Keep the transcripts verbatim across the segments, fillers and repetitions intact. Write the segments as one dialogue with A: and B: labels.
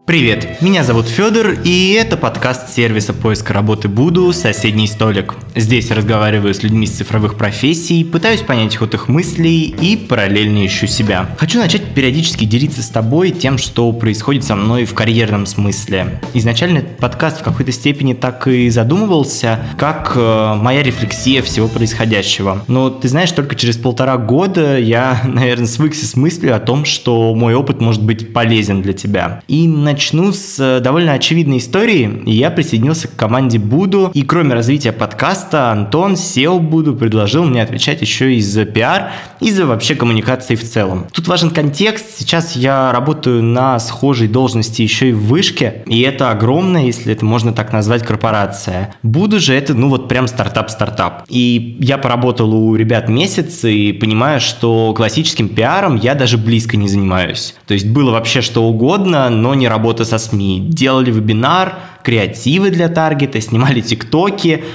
A: Привет, меня зовут Федор, и это подкаст сервиса поиска работы Буду «Соседний столик». Здесь разговариваю с людьми с цифровых профессий, пытаюсь понять ход их мыслей и параллельно ищу себя. Хочу начать периодически делиться с тобой тем, что происходит со мной в карьерном смысле. Изначально этот подкаст в какой-то степени так и задумывался, как э, моя рефлексия всего происходящего. Но ты знаешь, только через полтора года я, наверное, свыкся с мыслью о том, что мой опыт может быть полезен для тебя. И на Начну с довольно очевидной истории. Я присоединился к команде Буду, и кроме развития подкаста, Антон, сео Буду, предложил мне отвечать еще и за пиар, и за вообще коммуникации в целом. Тут важен контекст. Сейчас я работаю на схожей должности еще и в вышке, и это огромная, если это можно так назвать, корпорация. Буду же это, ну вот прям стартап-стартап. И я поработал у ребят месяц и понимаю, что классическим пиаром я даже близко не занимаюсь. То есть было вообще что угодно, но не работа со СМИ. Делали вебинар, креативы для таргета, снимали тиктоки.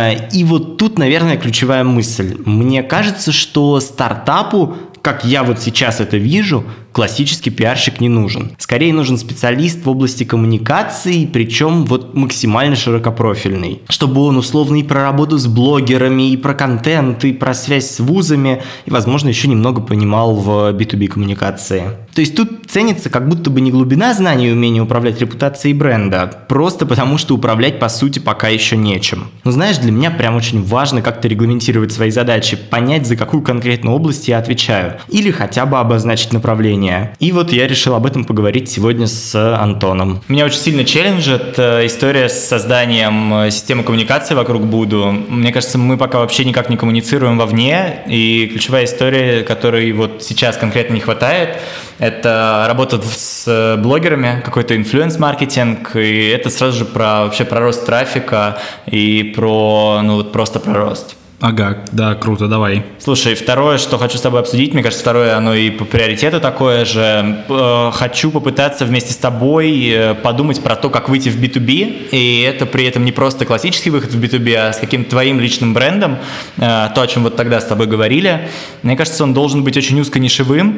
A: И вот тут, наверное, ключевая мысль. Мне кажется, что стартапу, как я вот сейчас это вижу, классический пиарщик не нужен. Скорее нужен специалист в области коммуникации, причем вот максимально широкопрофильный. Чтобы он условно и про работу с блогерами, и про контент, и про связь с вузами, и, возможно, еще немного понимал в би ту би коммуникации. То есть тут ценится как будто бы не глубина знаний и умения управлять репутацией бренда, просто потому что управлять, по сути, пока еще нечем. Но знаешь, для меня прям очень важно как-то регламентировать свои задачи, понять, за какую конкретную область я отвечаю, или хотя бы обозначить направление. И вот я решил об этом поговорить сегодня с Антоном.
B: Меня очень сильно челленджит история с созданием системы коммуникации вокруг Буду. Мне кажется, мы пока вообще никак не коммуницируем вовне, и ключевая история, которой вот сейчас конкретно не хватает, это работа с блогерами, какой-то инфлюенс-маркетинг, и это сразу же про, вообще про рост трафика и про, ну вот просто про рост.
C: Ага, да, круто, давай.
B: Слушай, второе, что хочу с тобой обсудить, мне кажется, второе, оно и по приоритету такое же. Хочу попытаться вместе с тобой подумать про то, как выйти в би ту би, и это при этом не просто классический выход в би ту би, а с каким-то твоим личным брендом, то, о чем вот тогда с тобой говорили. Мне кажется, он должен быть очень узконишевым,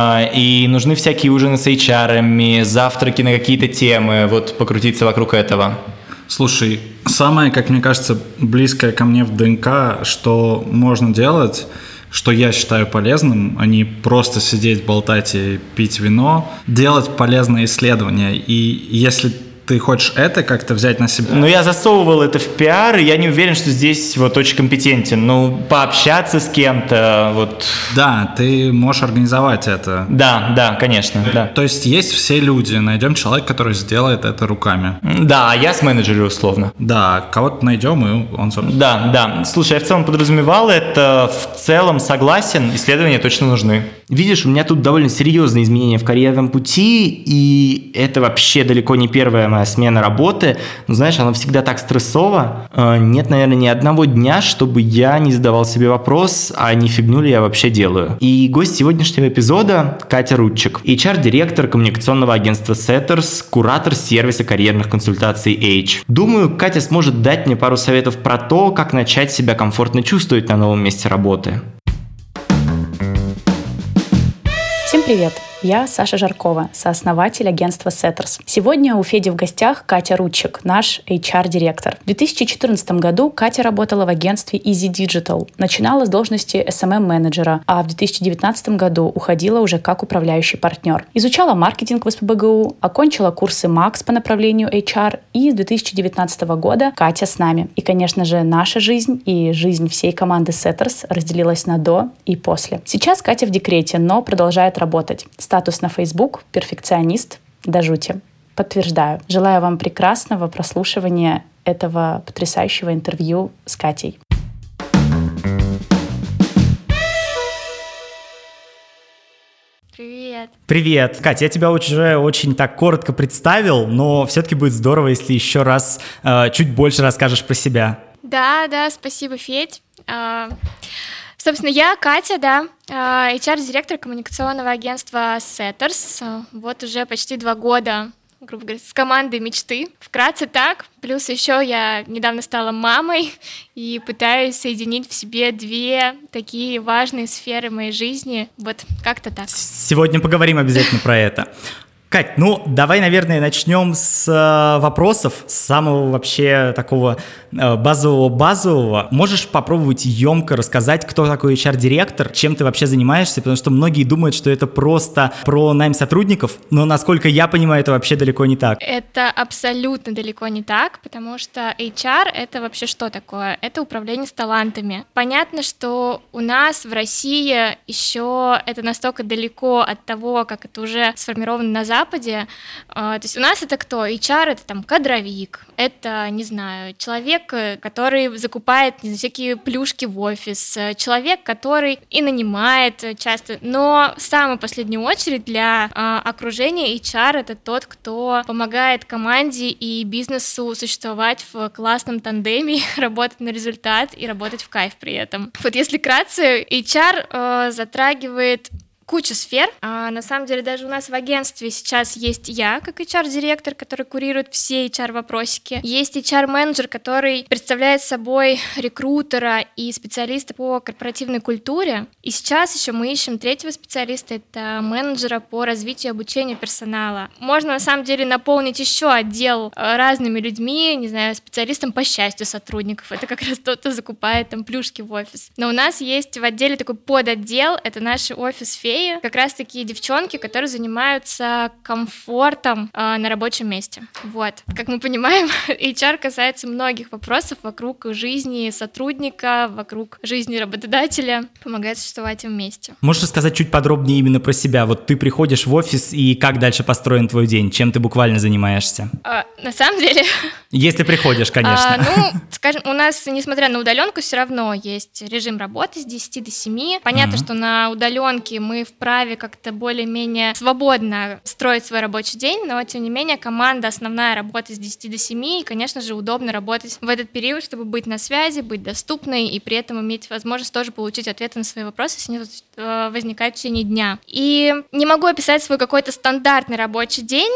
B: и нужны всякие ужины с эйч ар-ами, завтраки на какие-то темы, вот покрутиться вокруг этого.
C: Слушай, самое, как мне кажется, близкое ко мне в ДНК, что можно делать, что я считаю полезным, а не просто сидеть, болтать и пить вино, делать полезные исследования. И если ты хочешь это как-то взять на себя?
B: Ну, я засовывал это в пиар, и я не уверен, что здесь вот очень компетентен. Ну, пообщаться с кем-то, вот...
C: Да, ты можешь организовать это.
B: Да, да, конечно, да.
C: То есть есть все люди, найдем человека, который сделает это руками.
B: Да, я с менеджером условно.
C: Да, кого-то найдем, и он...
B: Да, да. Слушай, я в целом подразумевал это, в целом согласен, исследования точно нужны.
A: Видишь, у меня тут довольно серьезные изменения в карьерном пути, и это вообще далеко не первая моя смена работы. Но знаешь, она всегда так стрессово. Нет, наверное, ни одного дня, чтобы я не задавал себе вопрос, а не фигню ли я вообще делаю. И гость сегодняшнего эпизода – Катя Рудчик, эйч ар-директор коммуникационного агентства Setters, куратор сервиса карьерных консультаций Age. Думаю, Катя сможет дать мне пару советов про то, как начать себя комфортно чувствовать на новом месте работы.
D: Всем привет! Я Саша Жаркова, сооснователь агентства Setters. Сегодня у Феди в гостях Катя Рудчик, наш эйч ар-директор. В две тысячи четырнадцатом году Катя работала в агентстве Easy Digital. Начинала с должности эс эм эм-менеджера, а в две тысячи девятнадцатом году уходила уже как управляющий партнер. Изучала маркетинг в эс пэ бэ гэ у, окончила курсы Макс по направлению эйч ар, и с две тысячи девятнадцатого года Катя с нами. И, конечно же, наша жизнь и жизнь всей команды Setters разделилась на до и после. Сейчас Катя в декрете, но продолжает работать. Статус на Facebook «Перфекционист» до жути. Подтверждаю. Желаю вам прекрасного прослушивания этого потрясающего интервью с Катей.
E: Привет.
F: Привет. Катя, я тебя уже очень так коротко представил, но все-таки будет здорово, если еще раз э, чуть больше расскажешь про себя.
E: Да, да, спасибо, Федь. А, собственно, я Катя, да, эйч ар-директор коммуникационного агентства Setters. Вот уже почти два года, грубо говоря, с командой мечты. Вкратце так. Плюс еще я недавно стала мамой и пытаюсь соединить в себе две такие важные сферы моей жизни. Вот как-то так.
F: Сегодня поговорим обязательно про это. Кать, ну давай, наверное, начнем с э, вопросов, с самого вообще такого э, базового-базового. Можешь попробовать емко рассказать, кто такой эйч ар-директор, чем ты вообще занимаешься, потому что многие думают, что это просто про найм сотрудников, но, насколько я понимаю, это вообще далеко не так.
E: Это абсолютно далеко не так, потому что эйч ар — это вообще что такое? Это управление с талантами. Понятно, что у нас в России еще это настолько далеко от того, как это уже сформировано на Западе. Западе. То есть у нас это кто? эйч ар — это там кадровик, это, не знаю, человек, который закупает, не знаю, всякие плюшки в офис, человек, который и нанимает часто, но в самую последнюю очередь для а, окружения эйч ар — это тот, кто помогает команде и бизнесу существовать в классном тандеме, работать на результат и работать в кайф при этом. Вот если вкратце, эйч ар э, затрагивает куча сфер. А, на самом деле даже у нас в агентстве сейчас есть я, как эйч ар-директор, который курирует все эйч ар-вопросики. Есть эйч ар-менеджер, который представляет собой рекрутера и специалиста по корпоративной культуре. И сейчас еще мы ищем третьего специалиста, это менеджера по развитию и обучению персонала. Можно на самом деле наполнить еще отдел разными людьми, не знаю, специалистом по счастью сотрудников. Это как раз тот, кто закупает там плюшки в офис. Но у нас есть в отделе такой подотдел, это наши офис-феи, как раз такие девчонки, которые занимаются комфортом э, на рабочем месте. Вот. Как мы понимаем, эйч ар касается многих вопросов вокруг жизни сотрудника, вокруг жизни работодателя, помогает существовать им вместе.
F: Можешь рассказать чуть подробнее именно про себя? Вот ты приходишь в офис, и как дальше построен твой день? Чем ты буквально занимаешься?
E: А, на самом деле...
F: Если приходишь, конечно.
E: А, ну, скажем, у нас, несмотря на удаленку, все равно есть режим работы с десяти до семи. Понятно, mm-hmm. что на удаленке мы вправе как-то более-менее свободно строить свой рабочий день, но, тем не менее, команда основная работает с десяти до семи, и, конечно же, удобно работать в этот период, чтобы быть на связи, быть доступной и при этом иметь возможность тоже получить ответы на свои вопросы, если они возникают в течение дня. И не могу описать свой какой-то стандартный рабочий день,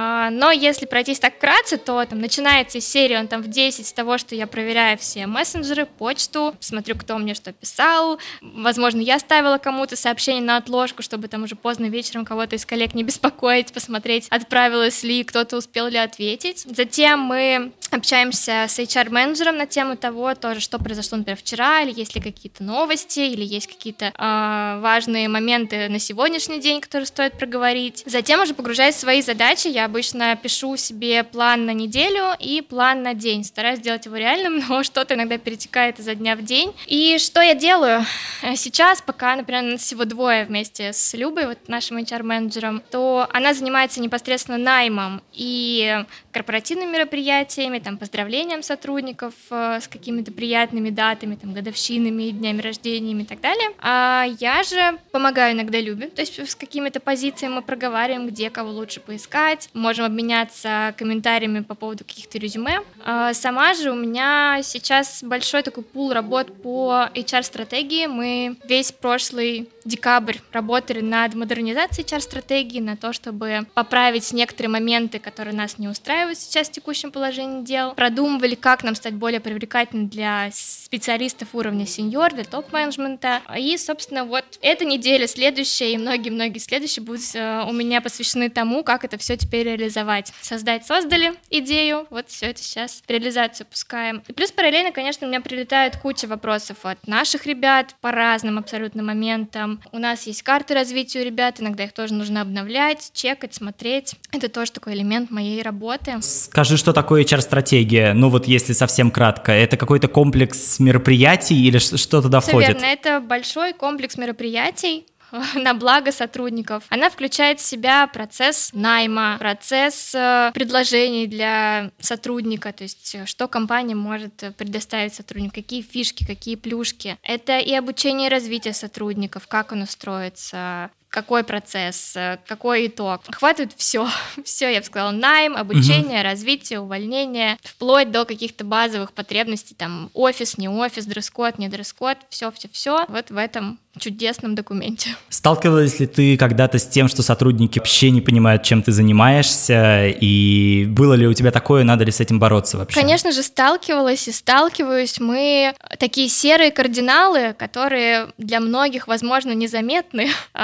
E: но если пройтись так вкратце, то там начинается серия, он там в десять с того, что я проверяю все мессенджеры, почту, смотрю, кто мне что писал, возможно, я ставила кому-то сообщение на отложку, чтобы там уже поздно вечером кого-то из коллег не беспокоить, посмотреть, отправилась ли, кто-то успел ли ответить. Затем мы общаемся с эйч ар-менеджером на тему того, тоже, что произошло, например, вчера, или есть ли какие-то новости, или есть какие-то э, важные моменты на сегодняшний день, которые стоит проговорить. Затем уже погружаясь в свои задачи, я обычно пишу себе план на неделю и план на день. Стараюсь сделать его реальным, но что-то иногда перетекает изо дня в день. И что я делаю? Сейчас, пока, например, у нас всего двое вместе с Любой, вот нашим эйч ар-менеджером, то она занимается непосредственно наймом и корпоративными мероприятиями, там, поздравлением сотрудников э, с какими-то приятными датами, там, годовщинами, днями рождениями и так далее. А я же помогаю иногда Любе, то есть с какими-то позициями мы проговариваем, где кого лучше поискать, можем обменяться комментариями по поводу каких-то резюме. А сама же у меня сейчас большой такой пул работ по эйч ар-стратегии. Мы весь прошлый декабрь работали над модернизацией эйч ар-стратегии, на то, чтобы поправить некоторые моменты, которые нас не устраивают сейчас в текущем положении дел. Продумывали, как нам стать более привлекательным для специалистов уровня сеньор, для топ-менеджмента. И, собственно, вот эта неделя, следующая и многие-многие следующие будут у меня посвящены тому, как это все теперь реализовать. Создать, создали идею, вот все это сейчас в реализацию пускаем. И плюс параллельно, конечно, у меня прилетает куча вопросов от наших ребят по разным абсолютно моментам. У нас есть карты развития у ребят, иногда их тоже нужно обновлять, чекать, смотреть. Это тоже такой элемент моей работы.
F: Скажи, что такое эйч ар-стратегия? Ну вот если совсем кратко, это какой-то комплекс мероприятий или что туда
E: Все
F: входит?
E: верно, это большой комплекс мероприятий на благо сотрудников. Она включает в себя процесс найма, процесс э, предложений для сотрудника, то есть что компания может предоставить сотруднику, какие фишки, какие плюшки. Это и обучение и развитие сотрудников, как оно строится, какой процесс, какой итог. Охватывает все. Все, я бы сказала, найм, обучение, угу. развитие, увольнение, вплоть до каких-то базовых потребностей, там, офис, не офис, дресс-код, не дресс-код, все-все-все вот в этом чудесном документе.
F: Сталкивалась ли ты когда-то с тем, что сотрудники вообще не понимают, чем ты занимаешься, и было ли у тебя такое, надо ли с этим бороться вообще?
E: Конечно же, сталкивалась и сталкиваюсь. Мы такие серые кардиналы, которые для многих, возможно, незаметны,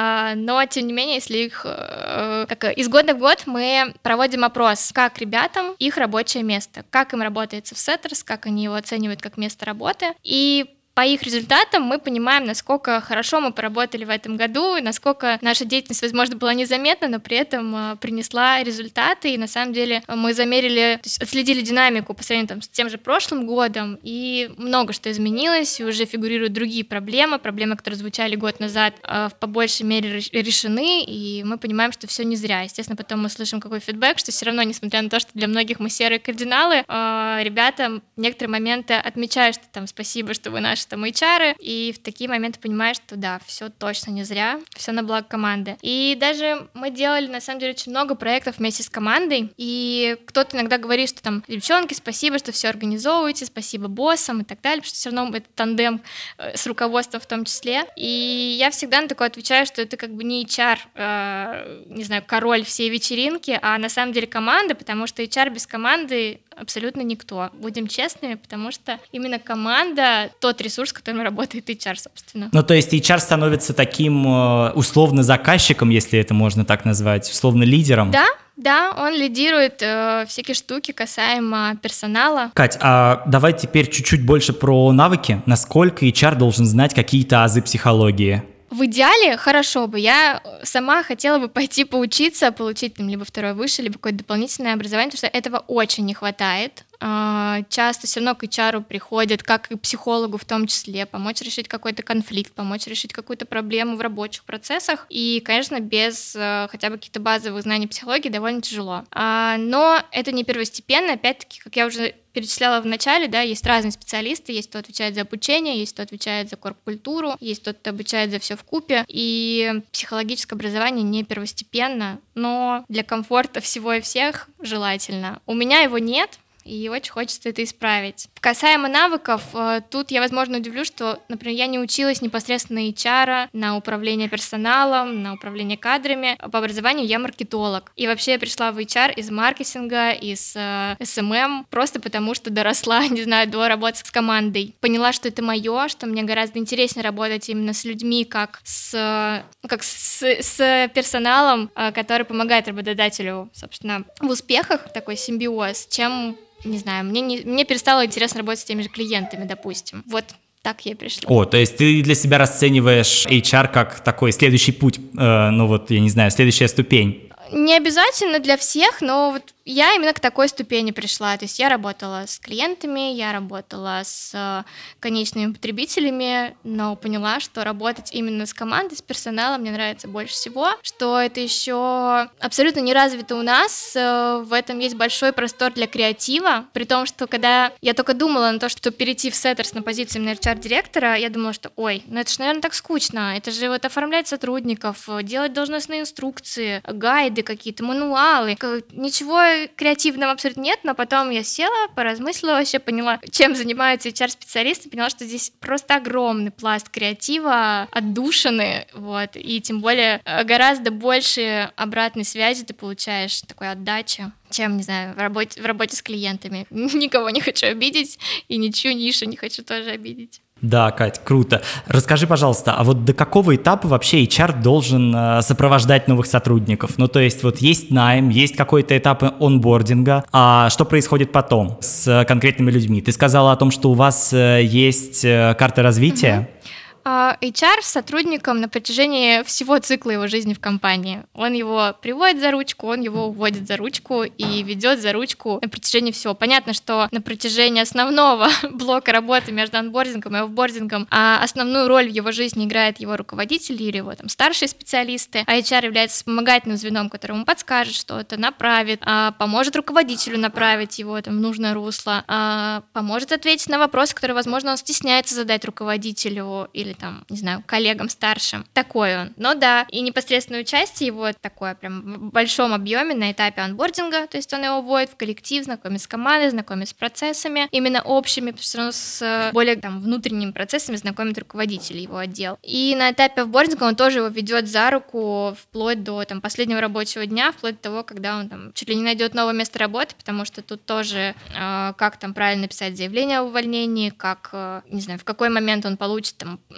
E: но, тем не менее, если их... Как, из года в год мы проводим опрос, как ребятам их рабочее место, как им работается в Setters, как они его оценивают как место работы, и по их результатам мы понимаем, насколько хорошо мы поработали в этом году, насколько наша деятельность, возможно, была незаметна, но при этом принесла результаты. И на самом деле мы замерили, то есть отследили динамику по сравнению там, с тем же прошлым годом, и много что изменилось, и уже фигурируют другие проблемы, проблемы, которые звучали год назад, в по большей мере решены, и мы понимаем, что все не зря. Естественно, потом мы слышим какой фидбэк, что все равно, несмотря на то, что для многих мы серые кардиналы, ребята в некоторые моменты отмечают, что там спасибо, что вы наши там эйч ар, и в такие моменты понимаешь, что да, все точно не зря, все на благо команды. И даже мы делали, на самом деле, очень много проектов вместе с командой, и кто-то иногда говорит, что там, девчонки, спасибо, что все организовываете, спасибо боссам и так далее, потому что все равно это тандем с руководством в том числе. И я всегда на такое отвечаю, что это как бы не эйч ар, э, не знаю, король всей вечеринки, а на самом деле команда, потому что эйч ар без команды абсолютно никто. Будем честными, потому что именно команда — тот ресурс, с которым работает эйч ар, собственно.
F: Ну, то есть эйч ар становится таким условно заказчиком, если это можно так назвать, условно лидером?
E: Да, да, он лидирует э, всякие штуки касаемо персонала.
F: Кать, а давай теперь чуть-чуть больше про навыки. Насколько эйч ар должен знать какие-то азы психологии?
E: В идеале хорошо бы. Я сама хотела бы пойти поучиться, получить там либо второе высшее, либо какое-то дополнительное образование, потому что этого очень не хватает. Часто все равно к эйч ар приходят, как и психологу в том числе, помочь решить какой-то конфликт, помочь решить какую-то проблему в рабочих процессах. И, конечно, без хотя бы каких-то базовых знаний психологии довольно тяжело. Но это не первостепенно. Опять-таки, как я уже перечисляла в начале, да, есть разные специалисты, есть кто отвечает за обучение, есть кто отвечает за корп-культуру, есть тот, кто обучает за все вкупе, и психологическое образование не первостепенно, но для комфорта всего и всех желательно. У меня его нет, и очень хочется это исправить. Касаемо навыков, тут я, возможно, удивлю, что, например, я не училась непосредственно на эйч ар, на управление персоналом, на управление кадрами. По образованию я маркетолог. И вообще я пришла в эйч ар из маркетинга, из э, эс эм эм, просто потому что доросла, не знаю, до работы с командой. Поняла, что это мое, что мне гораздо интереснее работать именно с людьми, как с, как с, с персоналом, который помогает работодателю, собственно, в успехах, такой симбиоз, чем... Не знаю, мне, не, мне перестало интересно работать с теми же клиентами, допустим. Вот так я и пришла.
F: О, то есть ты для себя расцениваешь эйч ар как такой следующий путь, э, ну вот, я не знаю, следующая ступень.
E: Не обязательно для всех, но вот я именно к такой ступени пришла. То есть я работала с клиентами, я работала с конечными потребителями, но поняла, что работать именно с командой, с персоналом мне нравится больше всего, что это еще абсолютно не развито у нас. В этом есть большой простор для креатива, при том, что когда я только думала на то, что перейти в Setters на позицию именно эйч ар-директора, я думала, что ой, ну это же, наверное, так скучно, это же вот оформлять сотрудников, делать должностные инструкции, гайды какие-то, мануалы, ничего креативного абсолютно нет, но потом я села, поразмыслила, вообще поняла, чем занимаются эйч ар-специалисты, поняла, что здесь просто огромный пласт креатива, отдушины, вот, и тем более гораздо больше обратной связи ты получаешь, такой отдачи, чем, не знаю, в работе, в работе с клиентами. Никого не хочу обидеть, и ничью нишу не хочу тоже обидеть.
F: Да, Кать, круто. Расскажи, пожалуйста, а вот до какого этапа вообще эйч ар должен э, сопровождать новых сотрудников? Ну, то есть вот есть найм, есть какой-то этап онбординга, а что происходит потом с э, конкретными людьми? Ты сказала о том, что у вас э, есть э, карта развития.
E: Угу. эйч ар с сотрудником на протяжении всего цикла его жизни в компании. Он его приводит за ручку, он его уводит за ручку и ведет за ручку на протяжении всего. Понятно, что на протяжении основного блока работы между онбордингом и офбордингом а основную роль в его жизни играет его руководитель или его там старшие специалисты, а эйч ар является вспомогательным звеном, который ему подскажет что-то, направит, а поможет руководителю направить его там в нужное русло, а поможет ответить на вопросы, которые, возможно, он стесняется задать руководителю или там, не знаю, коллегам старшим. Такой он. Но да, и непосредственное участие его такое прям в большом объеме на этапе онбординга, то есть он его вводит в коллектив, знакомит с командой, знакомит с процессами, именно общими, потому что он с более там внутренними процессами знакомит руководителей его отдел. И на этапе офбординга он тоже его ведет за руку вплоть до там последнего рабочего дня, вплоть до того, когда он там чуть ли не найдет новое место работы, потому что тут тоже э, как там правильно писать заявление о увольнении, как, э, не знаю, в какой момент он получит там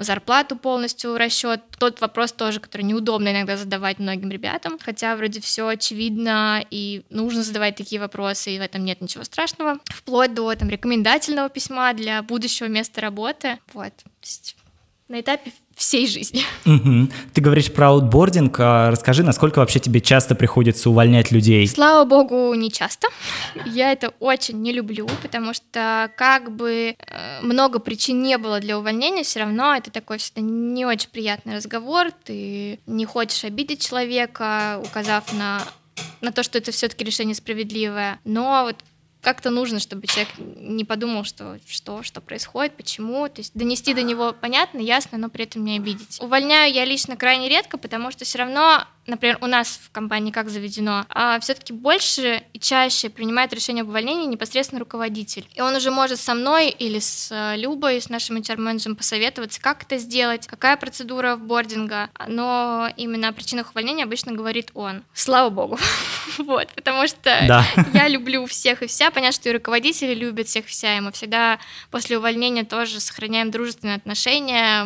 E: зарплату полностью расчет. Тот вопрос тоже, который неудобно иногда задавать многим ребятам, хотя вроде все очевидно и нужно задавать такие вопросы, и в этом нет ничего страшного. Вплоть до там, рекомендательного письма для будущего места работы. Вот. То есть на этапе всей жизни.
F: Угу. Ты говоришь про аутбординг. А расскажи, насколько вообще тебе часто приходится увольнять людей?
E: Слава богу, не часто. Я это очень не люблю, потому что как бы много причин не было для увольнения, все равно это такой всегда не очень приятный разговор. Ты не хочешь обидеть человека, указав на, на то, что это все-таки решение справедливое. Но вот как-то нужно, чтобы человек не подумал, что что, что происходит, почему. То есть донести до него понятно, ясно, но при этом не обидеть. Увольняю я лично крайне редко, потому что все равно, например, у нас в компании как заведено, а все-таки больше и чаще принимает решение об увольнении непосредственно руководитель. И он уже может со мной или с Любой, с нашим эйч ар-менеджером посоветоваться, как это сделать, какая процедура офбординга. Но именно о причинах увольнения обычно говорит он. Слава богу. Вот, потому что я люблю всех и вся. Понятно, что и руководители любят всех и вся, и мы всегда после увольнения тоже сохраняем дружественные отношения.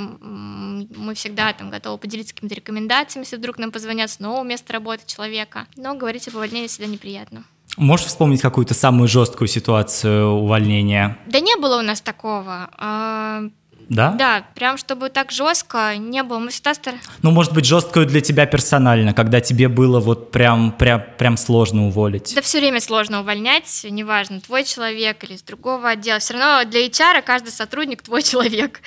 E: Мы всегда там готовы поделиться какими-то рекомендациями, если вдруг нам позвонят с нового места работы человека. Но говорить об увольнении всегда неприятно.
F: Можешь вспомнить какую-то самую жесткую ситуацию увольнения?
E: Да не было у нас такого.
F: Да?
E: Да, прям чтобы так жестко не было. Мы всегда стар...
F: Ну, может быть, жесткую для тебя персонально, когда тебе было вот прям, прям, прям сложно уволить.
E: Да все время сложно увольнять, неважно, твой человек или из другого отдела. Все равно для эйч ар каждый сотрудник твой человек.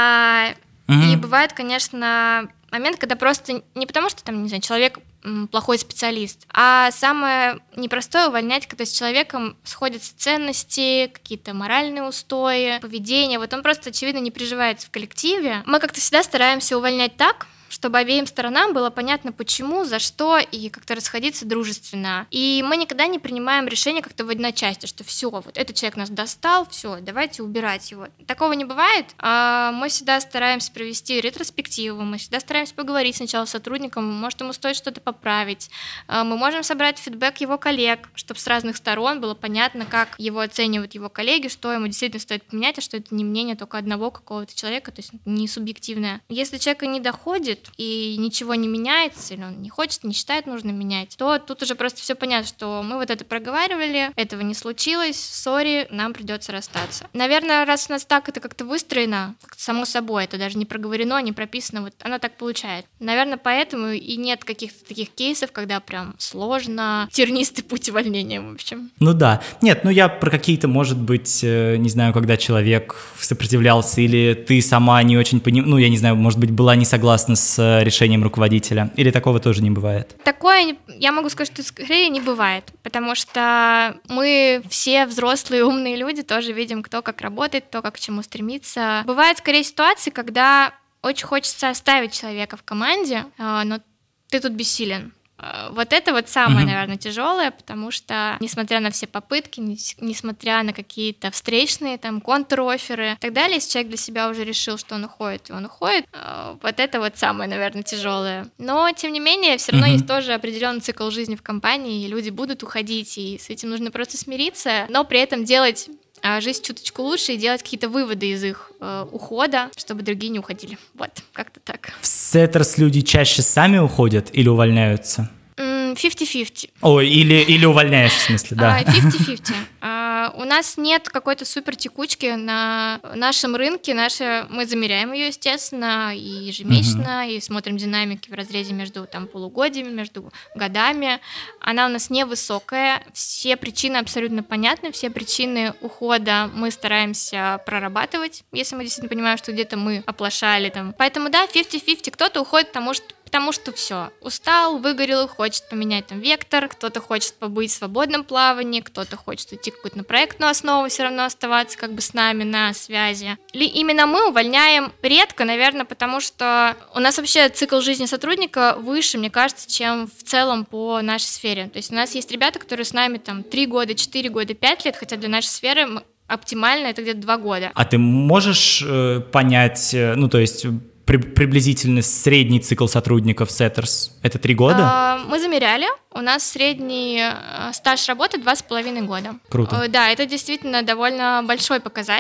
E: А, mm-hmm. И бывает, конечно, момент, когда просто не потому, что там, не знаю, человек плохой специалист, а самое непростое увольнять, когда с человеком сходятся ценности, какие-то моральные устои, поведение. Вот он просто, очевидно, не приживается в коллективе. Мы как-то всегда стараемся увольнять так, чтобы обеим сторонам было понятно, почему, за что, и как-то расходиться дружественно. И мы никогда не принимаем решение как-то в одночасье, что все, вот этот человек нас достал, все, давайте убирать его. Такого не бывает. Мы всегда стараемся провести ретроспективу, мы всегда стараемся поговорить сначала с сотрудником, может, ему стоит что-то поправить. Мы можем собрать фидбэк его коллег, чтобы с разных сторон было понятно, как его оценивают его коллеги, что ему действительно стоит поменять, а что это не мнение только одного какого-то человека, то есть не субъективное. Если человека не доходит, и ничего не меняется, или он не хочет, не считает нужно менять, то тут уже просто все понятно, что мы вот это проговаривали, этого не случилось, сори, нам придется расстаться. Наверное, раз у нас так это как-то выстроено, как-то само собой, это даже не проговорено, не прописано, вот оно так получает. Наверное, поэтому и нет каких-то таких кейсов, когда прям сложно, тернистый путь увольнения, в общем.
F: Ну да. Нет, ну я про какие-то, может быть, не знаю, когда человек сопротивлялся, или ты сама не очень понимаешь, ну я не знаю, может быть, была не согласна с с решением руководителя? Или такого тоже не бывает?
E: Такое, я могу сказать, что скорее не бывает, потому что мы все взрослые умные люди тоже видим, кто как работает, кто как к чему стремится. Бывают скорее ситуации, когда очень хочется оставить человека в команде, но ты тут бессилен. Вот это вот самое, mm-hmm. наверное, тяжелое, потому что, несмотря на все попытки, несмотря на какие-то встречные там контр-офферы и так далее, если человек для себя уже решил, что он уходит, и он уходит, вот это вот самое, наверное, тяжелое. Но, тем не менее, все равно mm-hmm. есть тоже определенный цикл жизни в компании, и люди будут уходить, и с этим нужно просто смириться, но при этом делать жизнь чуточку лучше и делать какие-то выводы из их э, ухода, чтобы другие не уходили. Вот, как-то так.
F: В Сеттерс люди чаще сами уходят или увольняются?
E: фифти-фифти.
F: Ой, или, или увольняешь, в смысле, да.
E: фифти-фифти. Uh, у нас нет какой-то супер текучки на нашем рынке. Наши, мы замеряем ее, естественно, и ежемесячно, uh-huh. и смотрим динамики в разрезе между там, полугодиями, между годами. Она у нас невысокая. Все причины абсолютно понятны. Все причины ухода мы стараемся прорабатывать, если мы действительно понимаем, что где-то мы оплошали. Там. Поэтому да, фифти-фифти. Кто-то уходит, потому что Потому что все, устал, выгорел, хочет поменять там вектор, кто-то хочет побыть в свободном плавании, кто-то хочет уйти какую-то на проектную основу, все равно оставаться как бы с нами на связи. Или именно мы увольняем редко, наверное, потому что у нас вообще цикл жизни сотрудника выше, мне кажется, чем в целом по нашей сфере. То есть у нас есть ребята, которые с нами там три года, четыре года, пять лет, хотя для нашей сферы мы оптимально это где-то два года.
F: А ты можешь э, понять, э, ну то есть... приблизительно средний цикл сотрудников Сеттерс? Это три года?
E: Мы замеряли. У нас средний стаж работы два с половиной года.
F: Круто.
E: Да, это действительно довольно большой показатель.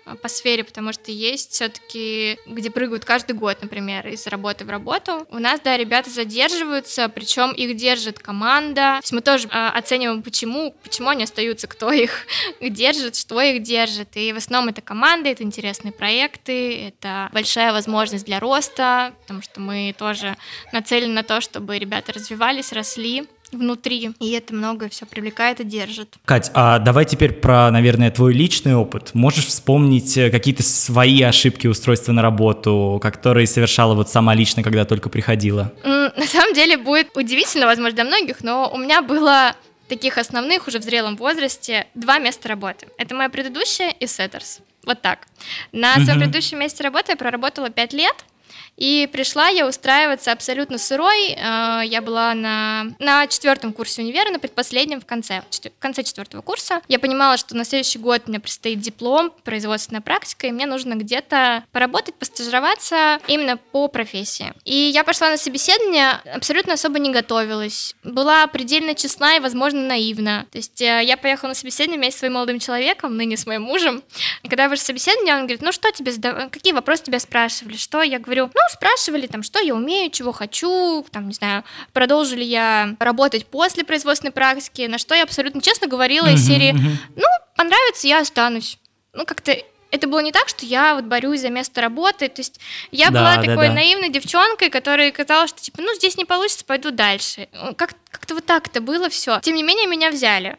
E: по сфере, потому что есть все-таки, где прыгают каждый год, например, из работы в работу. У нас, да, ребята задерживаются, причем их держит команда. То есть мы тоже э, оцениваем, почему, почему они остаются, кто их держит, что их держит. И в основном это команда, это интересные проекты, это большая возможность для роста, потому что мы тоже нацелены на то, чтобы ребята развивались, росли внутри, и это многое все привлекает и держит.
F: Кать, а давай теперь про, наверное, твой личный опыт. Можешь вспомнить какие-то свои ошибки устройства на работу, которые совершала вот сама лично, когда только приходила?
E: На самом деле будет удивительно, возможно, для многих, но у меня было таких основных уже в зрелом возрасте два места работы. Это моя предыдущая и Setters. Вот так. На своем предыдущем месте работы я проработала пять лет. И пришла я устраиваться абсолютно сырой. Я была на, на четвертом курсе универа, на предпоследнем в конце, в конце четвертого курса. Я понимала, что на следующий год у меня предстоит диплом, производственная практика, и мне нужно где-то поработать, постажироваться именно по профессии. И я пошла на собеседование, абсолютно особо не готовилась. Была предельно честна и, возможно, наивна. То есть я поехала на собеседование вместе с своим молодым человеком, ныне с моим мужем. И когда я вышла на собеседование, он говорит: ну что тебе, какие вопросы тебя спрашивали? Что? Я говорю: ну, спрашивали, там, что я умею, чего хочу, там, не знаю, продолжу ли я работать после производственной практики, на что я абсолютно честно говорила из серии: ну, понравится, я останусь. Ну, как-то это было не так, что я вот борюсь за место работы, то есть я да, была да, такой да. наивной девчонкой, которая казалось, что типа, ну, здесь не получится, пойду дальше. Как- как-то вот так это было все. Тем не менее, меня взяли.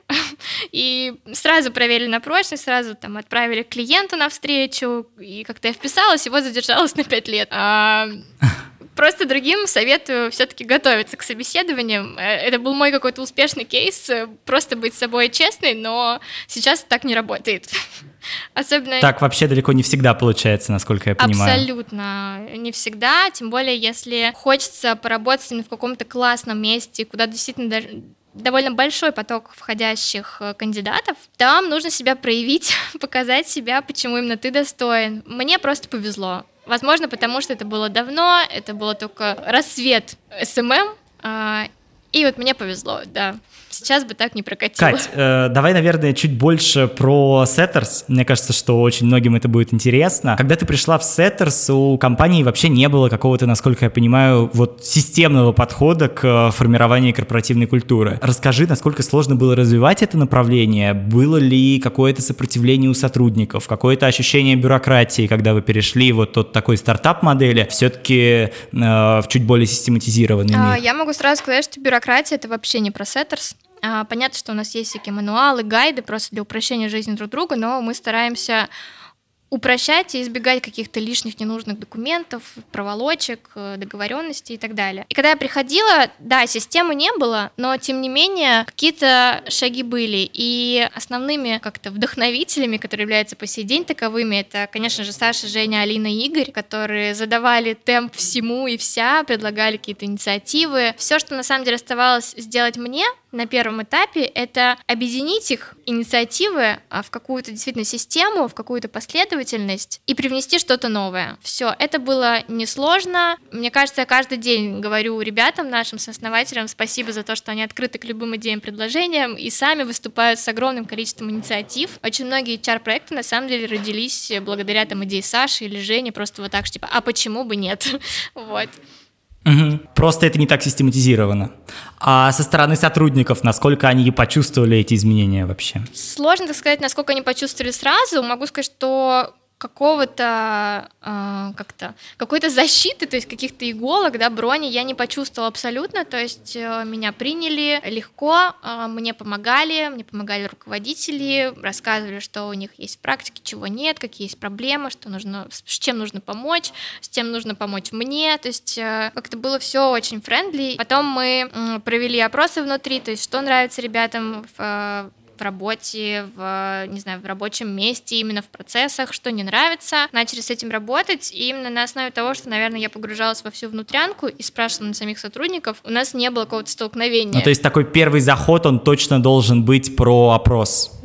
E: И сразу проверили на прочность, сразу там отправили к клиенту навстречу, и как-то я вписалась, и вот задержалась на пять лет. А... Просто другим советую все-таки готовиться к собеседованиям. Это был мой какой-то успешный кейс, просто быть с собой честной, но сейчас так не работает. Особенно...
F: Так вообще далеко не всегда получается, насколько я понимаю.
E: Абсолютно не всегда, тем более если хочется поработать именно в каком-то классном месте, куда действительно даже... довольно большой поток входящих кандидатов, там нужно себя проявить, показать себя, почему именно ты достоин. Мне просто повезло. Возможно, потому что это было давно, это было только рассвет эс эм эм, и вот мне повезло, да. Сейчас бы так не прокатило.
F: Кать, э, давай, наверное, чуть больше про Setters. Мне кажется, что очень многим это будет интересно. Когда ты пришла в Setters, у компании вообще не было какого-то, насколько я понимаю, вот системного подхода к формированию корпоративной культуры. Расскажи, насколько сложно было развивать это направление? Было ли какое-то сопротивление у сотрудников? Какое-то ощущение бюрократии, когда вы перешли вот от такой стартап-модели все-таки э, в чуть более систематизированный мир?
E: Я могу сразу сказать, что бюрократия — это вообще не про Setters. Понятно, что у нас есть всякие мануалы, гайды просто для упрощения жизни друг друга, но мы стараемся упрощать и избегать каких-то лишних ненужных документов, проволочек, договоренностей и так далее. И когда я приходила, да, системы не было, но тем не менее какие-то шаги были. И основными как-то вдохновителями, которые являются по сей день таковыми, это, конечно же, Саша, Женя, Алина и Игорь, которые задавали темп всему и вся, предлагали какие-то инициативы. Все, что на самом деле оставалось сделать мне на первом этапе, это объединить их инициативы в какую-то действительно систему, в какую-то последовательность и привнести что-то новое. Все, это было несложно. Мне кажется, я каждый день говорю ребятам, нашим сооснователям, спасибо за то, что они открыты к любым идеям, предложениям и сами выступают с огромным количеством инициатив. Очень многие эйч ар-проекты на самом деле родились благодаря там идее Саши или Жени, просто вот так, что типа, а почему бы нет? Вот.
F: Угу. Просто это не так систематизировано. А со стороны сотрудников, насколько они почувствовали эти изменения вообще?
E: Сложно так сказать, насколько они почувствовали сразу. Могу сказать, что какого-то э, как-то какой-то защиты, то есть каких-то иголок, да, брони я не почувствовала абсолютно, то есть э, меня приняли легко, э, мне помогали, мне помогали руководители, рассказывали, что у них есть в практике, чего нет, какие есть проблемы, что нужно, с чем нужно помочь, с чем нужно помочь мне, то есть э, как-то было все очень френдли. Потом мы э, провели опросы внутри, то есть что нравится ребятам в э, в работе, в, не знаю, в рабочем месте, именно в процессах, что не нравится. Начали с этим работать, и именно на основе того, что, наверное, я погружалась во всю внутрянку и спрашивала на самих сотрудников, у нас не было какого-то столкновения.
F: Ну, то есть такой первый заход, он точно должен быть про опрос.
E: Да.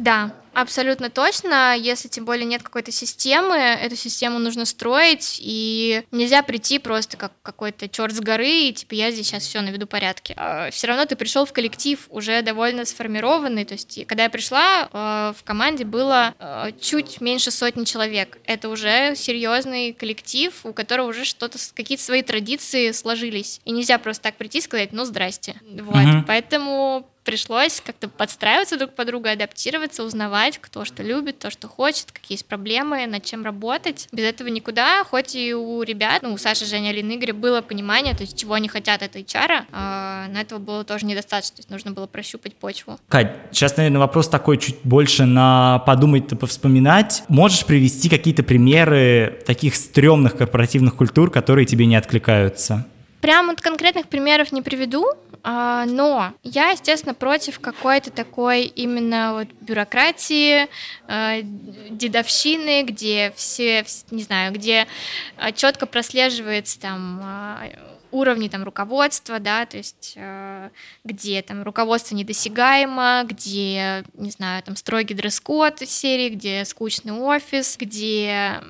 E: Абсолютно точно. Если тем более нет какой-то системы, эту систему нужно строить, и нельзя прийти просто как какой-то черт с горы, и типа я здесь сейчас все наведу порядки. Все равно ты пришел в коллектив уже довольно сформированный. То есть, когда я пришла, в команде было чуть меньше сотни человек. Это уже серьезный коллектив, у которого уже что-то, какие-то свои традиции сложились. И нельзя просто так прийти и сказать: ну, здрасте. Вот. Mm-hmm. Поэтому пришлось как-то подстраиваться друг под друга, адаптироваться, узнавать, кто что любит, то, что хочет, какие есть проблемы, над чем работать. Без этого никуда, хоть и у ребят, ну, у Саши, Жени, Алины, Игоря было понимание, то есть чего они хотят от эйч ар, а, но этого было тоже недостаточно, то есть нужно было прощупать почву.
F: Кать, сейчас, наверное, вопрос такой чуть больше на подумать-то, повспоминать. Можешь привести какие-то примеры таких стрёмных корпоративных культур, которые тебе не откликаются?
E: Прям вот конкретных примеров не приведу, но я, естественно, против какой-то такой именно вот бюрократии, дедовщины, где все, не знаю, где четко прослеживается там уровни там руководства, да, то есть где там руководство недосягаемо, где, не знаю, там строгий дресс-код из серии, где скучный офис, где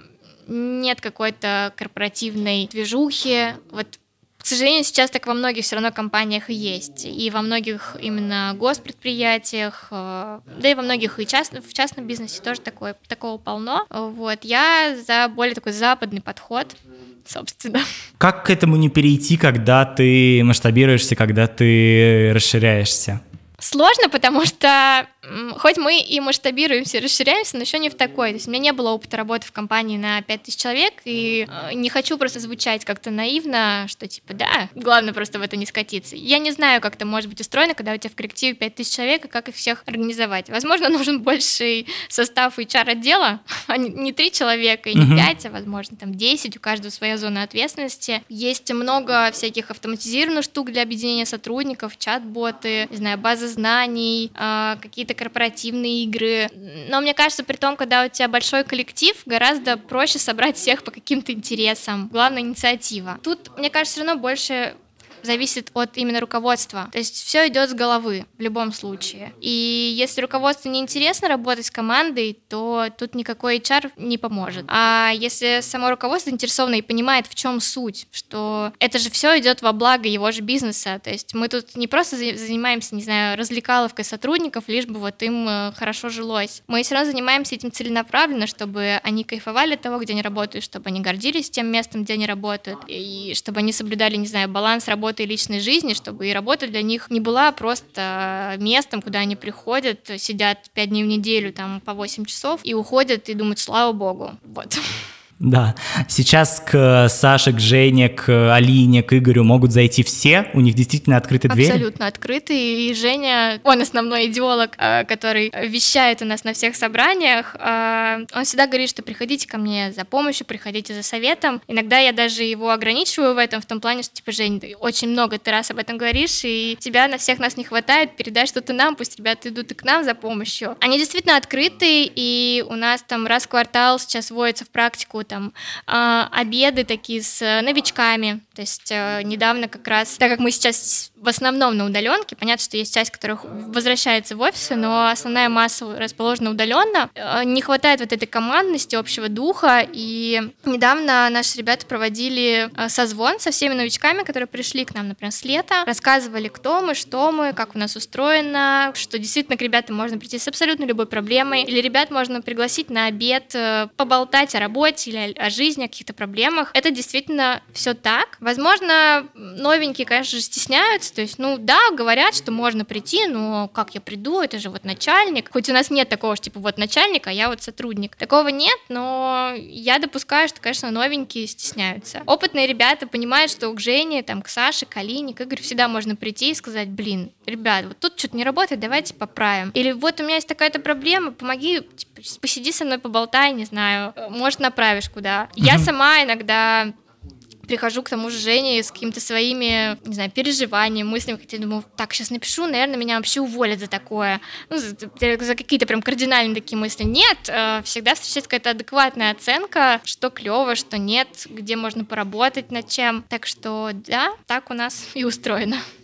E: нет какой-то корпоративной движухи, вот. К сожалению, сейчас так во многих все равно компаниях и есть. И во многих именно госпредприятиях, да и во многих и част, в частном бизнесе тоже такое, такого полно. Вот. Я за более такой западный подход, собственно.
F: Как к этому не перейти, когда ты масштабируешься, когда ты расширяешься?
E: Сложно, потому что хоть мы и масштабируемся, и расширяемся, но еще не в такой. То есть у меня не было опыта работы в компании на пять тысяч человек, и не хочу просто звучать как-то наивно, что типа, да, главное просто в это не скатиться. Я не знаю, как это может быть устроено, когда у тебя в коллективе пять тысяч человек, и как их всех организовать. Возможно, нужен больший состав эйч ар-отдела, а не три человека и не пять, а, возможно, там десять, у каждого своя зона ответственности. Есть много всяких автоматизированных штук для объединения сотрудников, чат-боты, не знаю, базы знаний, какие-то корпоративные игры. Но мне кажется, при том, когда у тебя большой коллектив, гораздо проще собрать всех по каким-то интересам. Главная инициатива. Тут, мне кажется, все равно больше зависит от именно руководства. То есть все идет с головы в любом случае. И если руководству неинтересно работать с командой, то тут никакой эйч ар не поможет. А если само руководство заинтересовано и понимает, в чем суть, что это же все идет во благо его же бизнеса. То есть мы тут не просто занимаемся, не знаю, развлекаловкой сотрудников, лишь бы вот им хорошо жилось. Мы все равно занимаемся этим целенаправленно, чтобы они кайфовали от того, где они работают, чтобы они гордились тем местом, где они работают, и чтобы они соблюдали, не знаю, баланс работы и личной жизни, чтобы и работа для них не была просто местом, куда они приходят, сидят пять дней в неделю, там, по восемь часов, и уходят, и думают, слава богу, вот.
F: Да, сейчас к Саше, к Жене, к Алине, к Игорю могут зайти все, у них действительно открыты двери?
E: Абсолютно открыты, и Женя, он основной идеолог, который вещает у нас на всех собраниях, он всегда говорит, что приходите ко мне за помощью, приходите за советом. Иногда я даже его ограничиваю в этом, в том плане, что, типа, Жень, очень много ты раз об этом говоришь, и тебя на всех нас не хватает, передай что-то нам, пусть ребята идут и к нам за помощью. Они действительно открыты, и у нас там раз в квартал сейчас вводится в практику там э, обеды такие с новичками. То есть э, недавно как раз, так как мы сейчас в основном на удаленке, понятно, что есть часть, которых возвращается в офисы, но основная масса расположена удаленно. Э, не хватает вот этой командности, общего духа, и недавно наши ребята проводили э, созвон со всеми новичками, которые пришли к нам, например, с лета, рассказывали, кто мы, что мы, как у нас устроено, что действительно к ребятам можно прийти с абсолютно любой проблемой, или ребят можно пригласить на обед, э, поболтать о работе или о жизни, о каких-то проблемах. Это действительно все так. Возможно, новенькие, конечно же, стесняются, то есть, ну да, говорят, что можно прийти, но как я приду, это же вот начальник. Хоть у нас нет такого, что типа вот начальник, а я вот сотрудник. Такого нет, но я допускаю, что, конечно, новенькие стесняются. Опытные ребята понимают, что к Жене, там, к Саше, к Алине, к Игорю всегда можно прийти и сказать, блин, ребят, вот тут что-то не работает, давайте поправим. Или вот у меня есть такая-то проблема, помоги, типа, посиди со мной, поболтай, не знаю, может, направишь куда. Mm-hmm. Я сама иногда прихожу к тому же Жене с какими-то своими, не знаю, переживаниями, мыслями, хотя я думаю, так, сейчас напишу, наверное, меня вообще уволят за такое, ну, за, за какие-то прям кардинальные такие мысли. Нет, э, всегда встречается какая-то адекватная оценка, что клево, что нет, где можно поработать над чем. Так что, да, так у нас и устроено.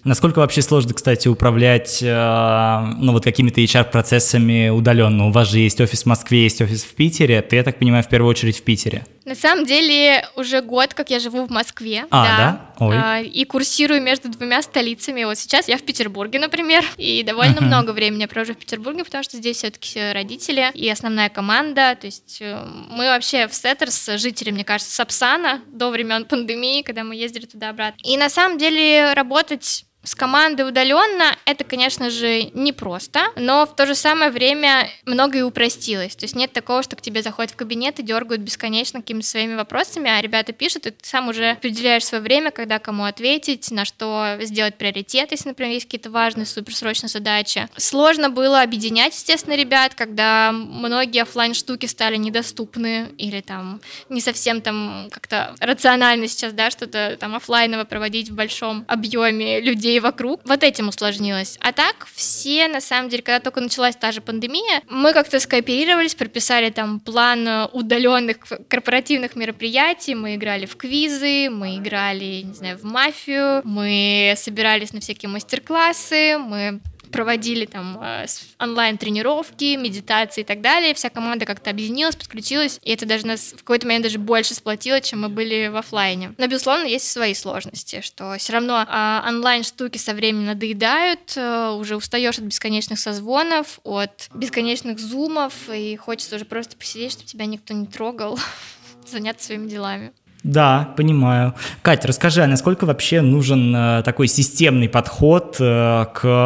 F: Насколько вообще сложно, кстати, управлять э, ну, вот какими-то эйч ар-процессами удаленно? У вас же есть офис в Москве, есть офис в Питере. Ты, я так понимаю, в первую очередь в Питере.
E: На самом деле уже год, как я живу в Москве.
F: А, да? да? Ой.
E: А, и курсирую между двумя столицами. Вот сейчас я в Петербурге, например, и довольно uh-huh. много времени я провожу в Петербурге, потому что здесь все-таки родители и основная команда. То есть мы вообще в Setters жители, мне кажется, Сапсана до времен пандемии, когда мы ездили туда-обратно. И на самом деле работать с командой удаленно это, конечно же, непросто, но в то же самое время многое упростилось. То есть нет такого, что к тебе заходят в кабинет и дергают бесконечно какими-то своими вопросами, а ребята пишут, и ты сам уже определяешь свое время, когда кому ответить, на что сделать приоритет, если, например, есть какие-то важные, суперсрочные задачи. Сложно было объединять, естественно, ребят, когда многие офлайн штуки стали недоступны или там не совсем там как-то рационально сейчас, да, что-то там офлайново проводить в большом объеме людей вокруг. Вот этим усложнилось. А так все, на самом деле, когда только началась та же пандемия, мы как-то скооперировались, прописали там план удаленных корпоративных мероприятий, мы играли в квизы, мы играли, не знаю, в мафию, мы собирались на всякие мастер-классы, мы проводили там онлайн-тренировки, медитации и так далее. Вся команда как-то объединилась, подключилась, и это даже нас в какой-то момент даже больше сплотило, чем мы были в офлайне. Но, безусловно, есть свои сложности, что все равно а, онлайн-штуки со временем надоедают, а, уже устаешь от бесконечных созвонов, от бесконечных зумов, и хочется уже просто посидеть, чтобы тебя никто не трогал, заняться своими делами.
F: Да, понимаю. Кать, расскажи, а насколько вообще нужен э, такой системный подход э,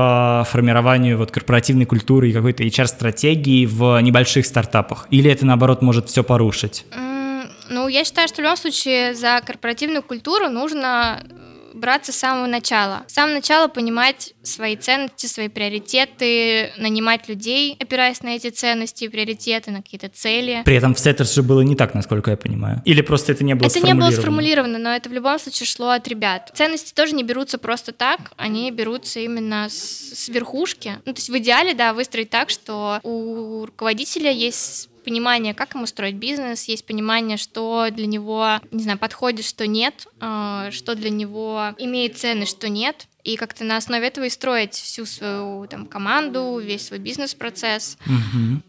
F: к формированию вот, корпоративной культуры и какой-то эйч ар-стратегии в небольших стартапах? Или это, наоборот, может все порушить?
E: Mm, ну, я считаю, что в любом случае за корпоративную культуру нужно браться с самого начала. С самого начала понимать свои ценности, свои приоритеты, нанимать людей, опираясь на эти ценности и приоритеты, на какие-то цели.
F: При этом в Setters же было не так, насколько я понимаю. Или просто это не было
E: это
F: сформулировано?
E: Это не было сформулировано, но это в любом случае шло от ребят. Ценности тоже не берутся просто так, они берутся именно с, с верхушки. Ну, то есть в идеале, да, выстроить так, что у руководителя есть понимание, как ему строить бизнес, есть понимание, что для него, не знаю, подходит, что нет, что для него имеет ценность, что нет, и как-то на основе этого и строить всю свою там команду, весь свой бизнес-процесс.
F: Mm-hmm.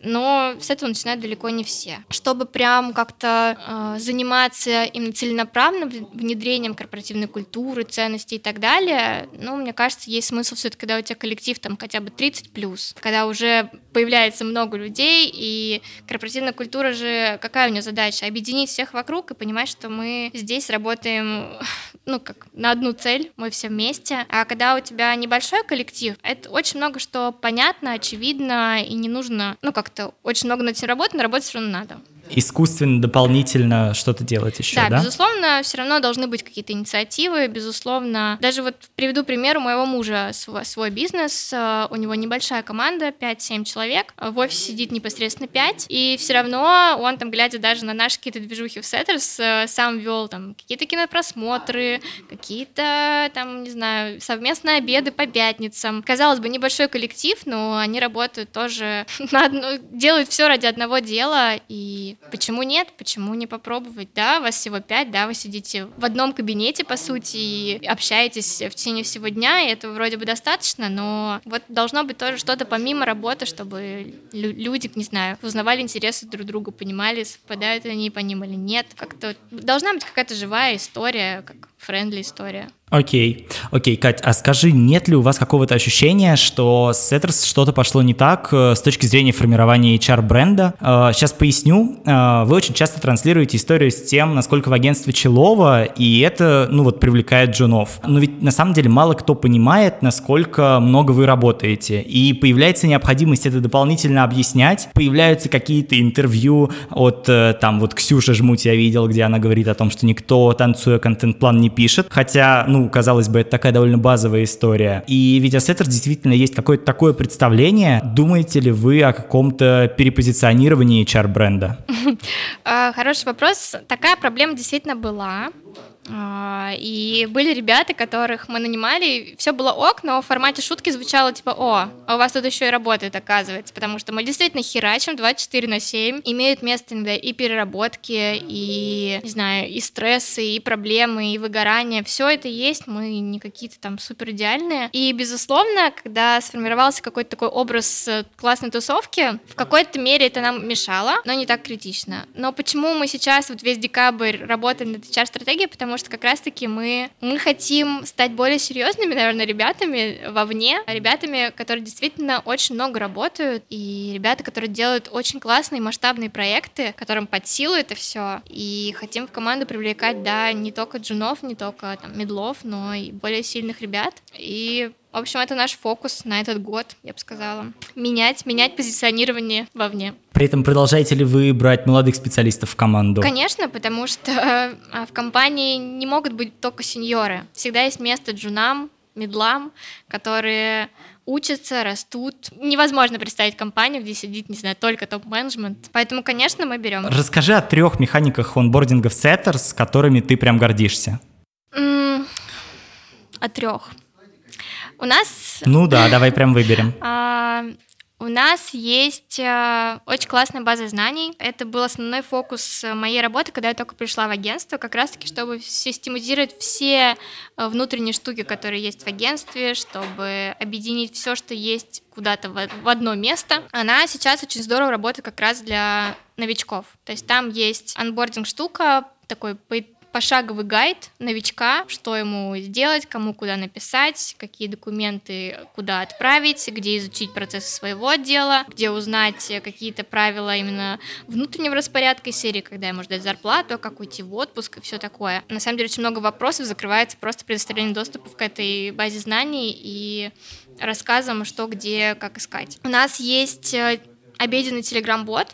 E: Но с этого начинают далеко не все. Чтобы прям как-то э, заниматься именно целенаправленным внедрением корпоративной культуры, ценностей и так далее, ну, мне кажется, есть смысл все-таки, когда у тебя коллектив там хотя бы тридцать плюс, когда уже появляется много людей, и корпоративная культура же, какая у нее задача? Объединить всех вокруг и понимать, что мы здесь работаем, ну, как на одну цель, мы все вместе. А когда у тебя небольшой коллектив, это очень много что понятно, очевидно, и не нужно, ну, как как-то очень много над этим работать, но работать все равно надо.
F: Искусственно, дополнительно что-то делать еще, да?
E: Да, безусловно, все равно должны быть какие-то инициативы, безусловно. Даже вот приведу пример у моего мужа, свой, свой бизнес, у него небольшая команда, пять-семь человек, в офисе сидит непосредственно пять, и все равно он там, глядя даже на наши какие-то движухи в Setters, сам вел там какие-то кинопросмотры, какие-то там, не знаю, совместные обеды по пятницам. Казалось бы, небольшой коллектив, но они работают тоже на одно, делают все ради одного дела, и почему нет? Почему не попробовать? Да, вас всего пять, да, вы сидите в одном кабинете, по сути, и общаетесь в течение всего дня, и этого вроде бы достаточно, но вот должно быть тоже что-то помимо работы, чтобы лю- люди, не знаю, узнавали интересы друг друга, понимали, совпадают они по ним или нет. Как-то должна быть какая-то живая история, как френдли история.
F: Окей, окей, Кать, а скажи, нет ли у вас какого-то ощущения, что с Setters что-то пошло не так э, с точки зрения формирования эйч ар-бренда? Э, сейчас поясню. Э, вы очень часто транслируете историю с тем, насколько в агентстве челово, и это, ну вот, привлекает джунов. Но ведь на самом деле мало кто понимает, насколько много вы работаете, и появляется необходимость это дополнительно объяснять, появляются какие-то интервью от, э, там, вот Ксюша Жмуть я видел, где она говорит о том, что никто, танцуя, контент-план не пишет, хотя, ну, Ну, казалось бы, это такая довольно базовая история. И ведь о Setters действительно есть какое-то такое представление. Думаете ли вы о каком-то перепозиционировании эйч ар-бренда?
E: Хороший вопрос. Такая проблема действительно была. И были ребята, которых мы нанимали, все было ок, но в формате шутки звучало типа: о, а у вас тут еще и работает, оказывается, потому что мы действительно херачим двадцать четыре на семь, имеют место иногда и переработки, и, не знаю, и стрессы, и проблемы, и выгорание, все это есть, мы не какие-то там супер идеальные. И, безусловно, когда сформировался какой-то такой образ классной тусовки, в какой-то мере это нам мешало, но не так критично. Но почему мы сейчас вот весь декабрь работаем над эйч ар-стратегией? Потому что как раз-таки мы, мы хотим стать более серьезными, наверное, ребятами вовне, ребятами, которые действительно очень много работают, и ребята, которые делают очень классные масштабные проекты, которым под силу это все, и хотим в команду привлекать, да, не только джунов, не только там медлов, но и более сильных ребят. И в общем, это наш фокус на этот год, я бы сказала. Менять, менять позиционирование вовне.
F: При этом продолжаете ли вы брать молодых специалистов в команду?
E: Конечно, потому что в компании не могут быть только сеньоры. Всегда есть место джунам, медлам, которые учатся, растут. Невозможно представить компанию, где сидит, не знаю, только топ-менеджмент. Поэтому, конечно, мы берем.
F: Расскажи о трех механиках онбординга в Setters, с которыми ты прям гордишься.
E: М-м, о трех. У нас...
F: Ну да, давай прям выберем.
E: А, у нас есть а, очень классная база знаний. Это был основной фокус моей работы, когда я только пришла в агентство, как раз-таки, чтобы систематизировать все внутренние штуки, которые есть в агентстве, чтобы объединить все, что есть куда-то в, в одно место. Она сейчас очень здорово работает как раз для новичков. То есть там есть онбординг-штука, такой по пошаговый гайд новичка, что ему сделать, кому куда написать, какие документы куда отправить, где изучить процессы своего отдела, где узнать какие-то правила именно внутреннего распорядка из серии, когда ему ждать зарплату, как уйти в отпуск и все такое. На самом деле очень много вопросов закрывается просто предоставлением доступа к этой базе знаний и рассказом, что, где, как искать. У нас есть обеденный телеграм-бот.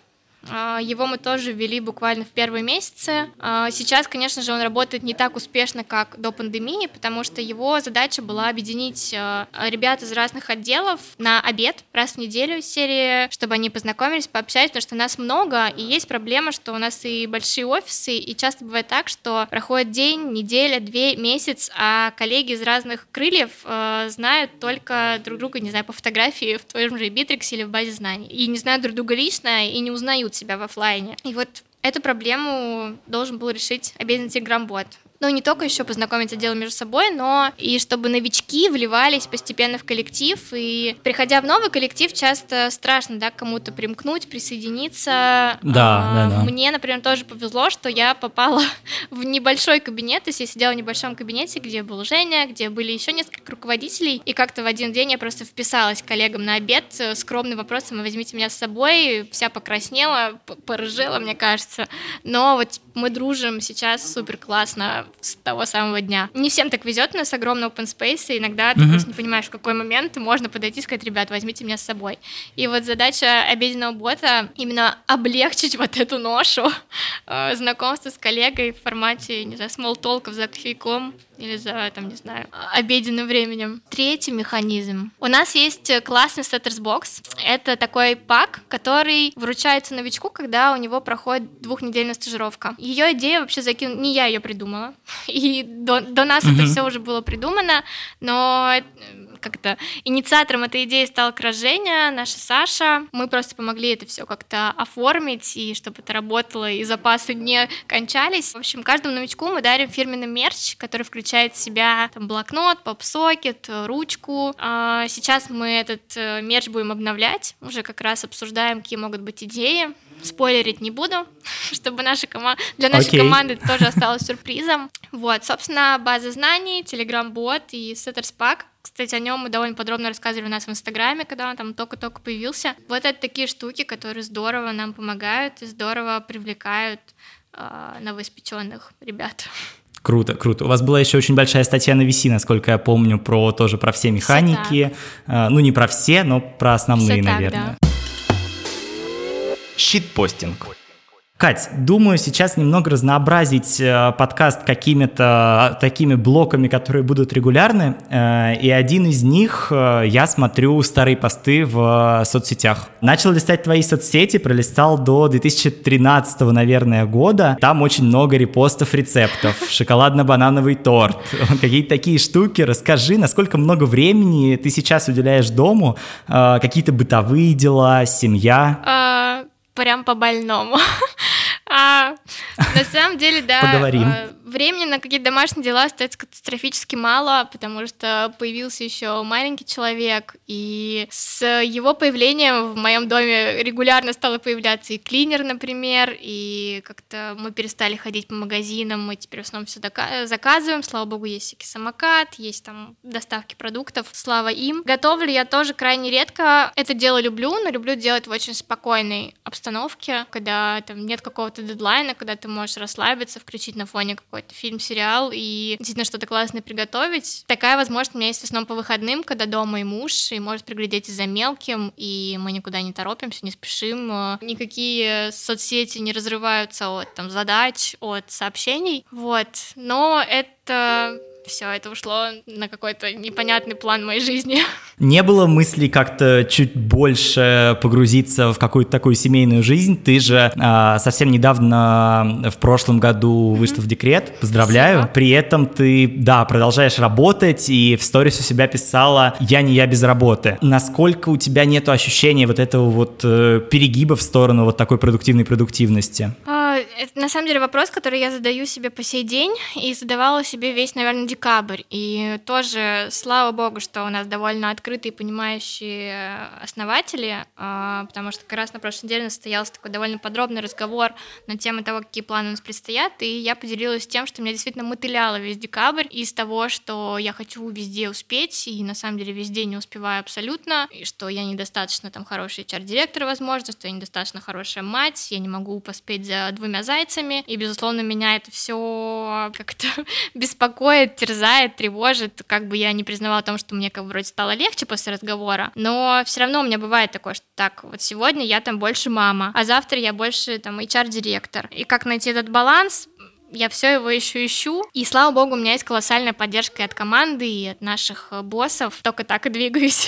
E: Его мы тоже ввели буквально в первые месяцы. Сейчас, конечно же, он работает не так успешно, как до пандемии, потому что его задача была объединить ребят из разных отделов на обед раз в неделю из серии, чтобы они познакомились, пообщались, потому что нас много, и есть проблема, что у нас и большие офисы, и часто бывает так, что проходит день, неделя, две, месяц, а коллеги из разных крыльев э, знают только друг друга, не знаю, по фотографии в твоем же Битриксе или в базе знаний, и не знают друг друга лично, и не узнают себя в офлайне. И вот эту проблему должен был решить обеденный телеграм-бот. Ну, не только еще познакомить отделы между собой, но и чтобы новички вливались постепенно в коллектив, и приходя в новый коллектив, часто страшно, да, к кому-то примкнуть, присоединиться.
F: Да,
E: а,
F: да, да.
E: Мне, например, тоже повезло, что я попала в небольшой кабинет, то есть я сидела в небольшом кабинете, где был Женя, где были еще несколько руководителей, и как-то в один день я просто вписалась к коллегам на обед с скромным вопросом: возьмите меня с собой, вся покраснела, порыжела, мне кажется, но вот мы дружим сейчас супер классно с того самого дня. Не всем так везет, у нас огромный open space, и иногда ты mm-hmm. просто не понимаешь, в какой момент можно подойти и сказать: ребят, возьмите меня с собой. И вот задача обеденного бота именно облегчить вот эту ношу э, знакомства с коллегой в формате, не знаю, смолл-толков за кофейком или за, там, не знаю, обеденным временем. Третий механизм. У нас есть классный Setters Box. Это такой пак, который вручается новичку, когда у него проходит двухнедельная стажировка. Ее идея вообще закинуть... Не я ее придумала. И до, до нас mm-hmm. это все уже было придумано, но как-то инициатором этой идеи стала Женя, наша Саша. Мы просто помогли это все как-то оформить, и чтобы это работало, и запасы не кончались. В общем, каждому новичку мы дарим фирменный мерч, который включает в себя там блокнот, поп-сокет, ручку. А сейчас мы этот мерч будем обновлять, уже как раз обсуждаем, какие могут быть идеи. Спойлерить не буду, чтобы наша кома... для нашей okay. команды это тоже осталось сюрпризом. Вот, собственно, база знаний, Telegram-бот и Setters Pack. Кстати, о нем мы довольно подробно рассказывали у нас в Инстаграме, когда он там только-только появился. Вот это такие штуки, которые здорово нам помогают и здорово привлекают э, новоиспеченных ребят.
F: Круто, круто. У вас была еще очень большая статья на ви си, насколько я помню, про тоже про все механики. Все ну, не про все, но про основные,
E: все так,
F: наверное.
E: Да.
A: Щитпостинг.
F: Кать, думаю, сейчас немного разнообразить э, подкаст какими-то такими блоками, которые будут регулярны. Э, и один из них, э, я смотрю старые посты в э, соцсетях. Начал листать твои соцсети, пролистал до две тысячи тринадцатого, наверное, года. Там очень много репостов рецептов. Шоколадно-банановый торт. Какие-то такие штуки. Расскажи, насколько много времени ты сейчас уделяешь дому? Э, какие-то бытовые дела, семья?
E: А, прям по-больному. А, на самом деле, да,
F: Поговорим.
E: времени на какие-то домашние дела остается катастрофически мало, потому что появился еще маленький человек, и с его появлением в моем доме регулярно стало появляться и клинер, например, и как-то мы перестали ходить по магазинам, мы теперь в основном все заказываем, слава богу, есть всякий самокат, есть там доставки продуктов, слава им. Готовлю я тоже крайне редко, это дело люблю, но люблю делать в очень спокойной обстановке, когда там нет какого-то дедлайна, когда ты можешь расслабиться, включить на фоне какой-то фильм, сериал и действительно что-то классное приготовить. Такая возможность у меня есть в основном по выходным, когда дома и муж, и может приглядеть и за мелким, и мы никуда не торопимся, не спешим. Никакие соцсети не разрываются от там, задач, от сообщений. Вот. Но это... Все, это ушло на какой-то непонятный план моей жизни.
F: Не было мысли как-то чуть больше погрузиться в какую-то такую семейную жизнь? Ты же а, совсем недавно, в прошлом году, вышла mm-hmm. в декрет. Поздравляю. Спасибо. При этом ты, да, продолжаешь работать и в сторис у себя писала «Я не я без работы». Насколько у тебя нету ощущения вот этого вот э, перегиба в сторону вот такой продуктивной продуктивности?
E: А, это на самом деле вопрос, который я задаю себе по сей день и задавала себе весь, наверное, декабрь. И тоже, слава богу, что у нас довольно открытые, понимающие основатели, потому что как раз на прошлой неделе состоялся такой довольно подробный разговор на тему того, какие планы у нас предстоят, и я поделилась тем, что меня действительно мотыляло весь декабрь из того, что я хочу везде успеть, и на самом деле везде не успеваю абсолютно, и что я недостаточно там хороший эйч ар-директор, возможно, что я недостаточно хорошая мать, я не могу поспеть за двумя зайцами, и, безусловно, меня это все как-то беспокоит, терзает, тревожит, как бы я не признавала о том, что мне как бы вроде стало легче после разговора, но все равно у меня бывает такое, что так, вот сегодня я там больше мама, а завтра я больше там эйч ар-директор. И как найти этот баланс? Я все его еще ищу, и слава богу, у меня есть колоссальная поддержка и от команды, и от наших боссов, только так и двигаюсь.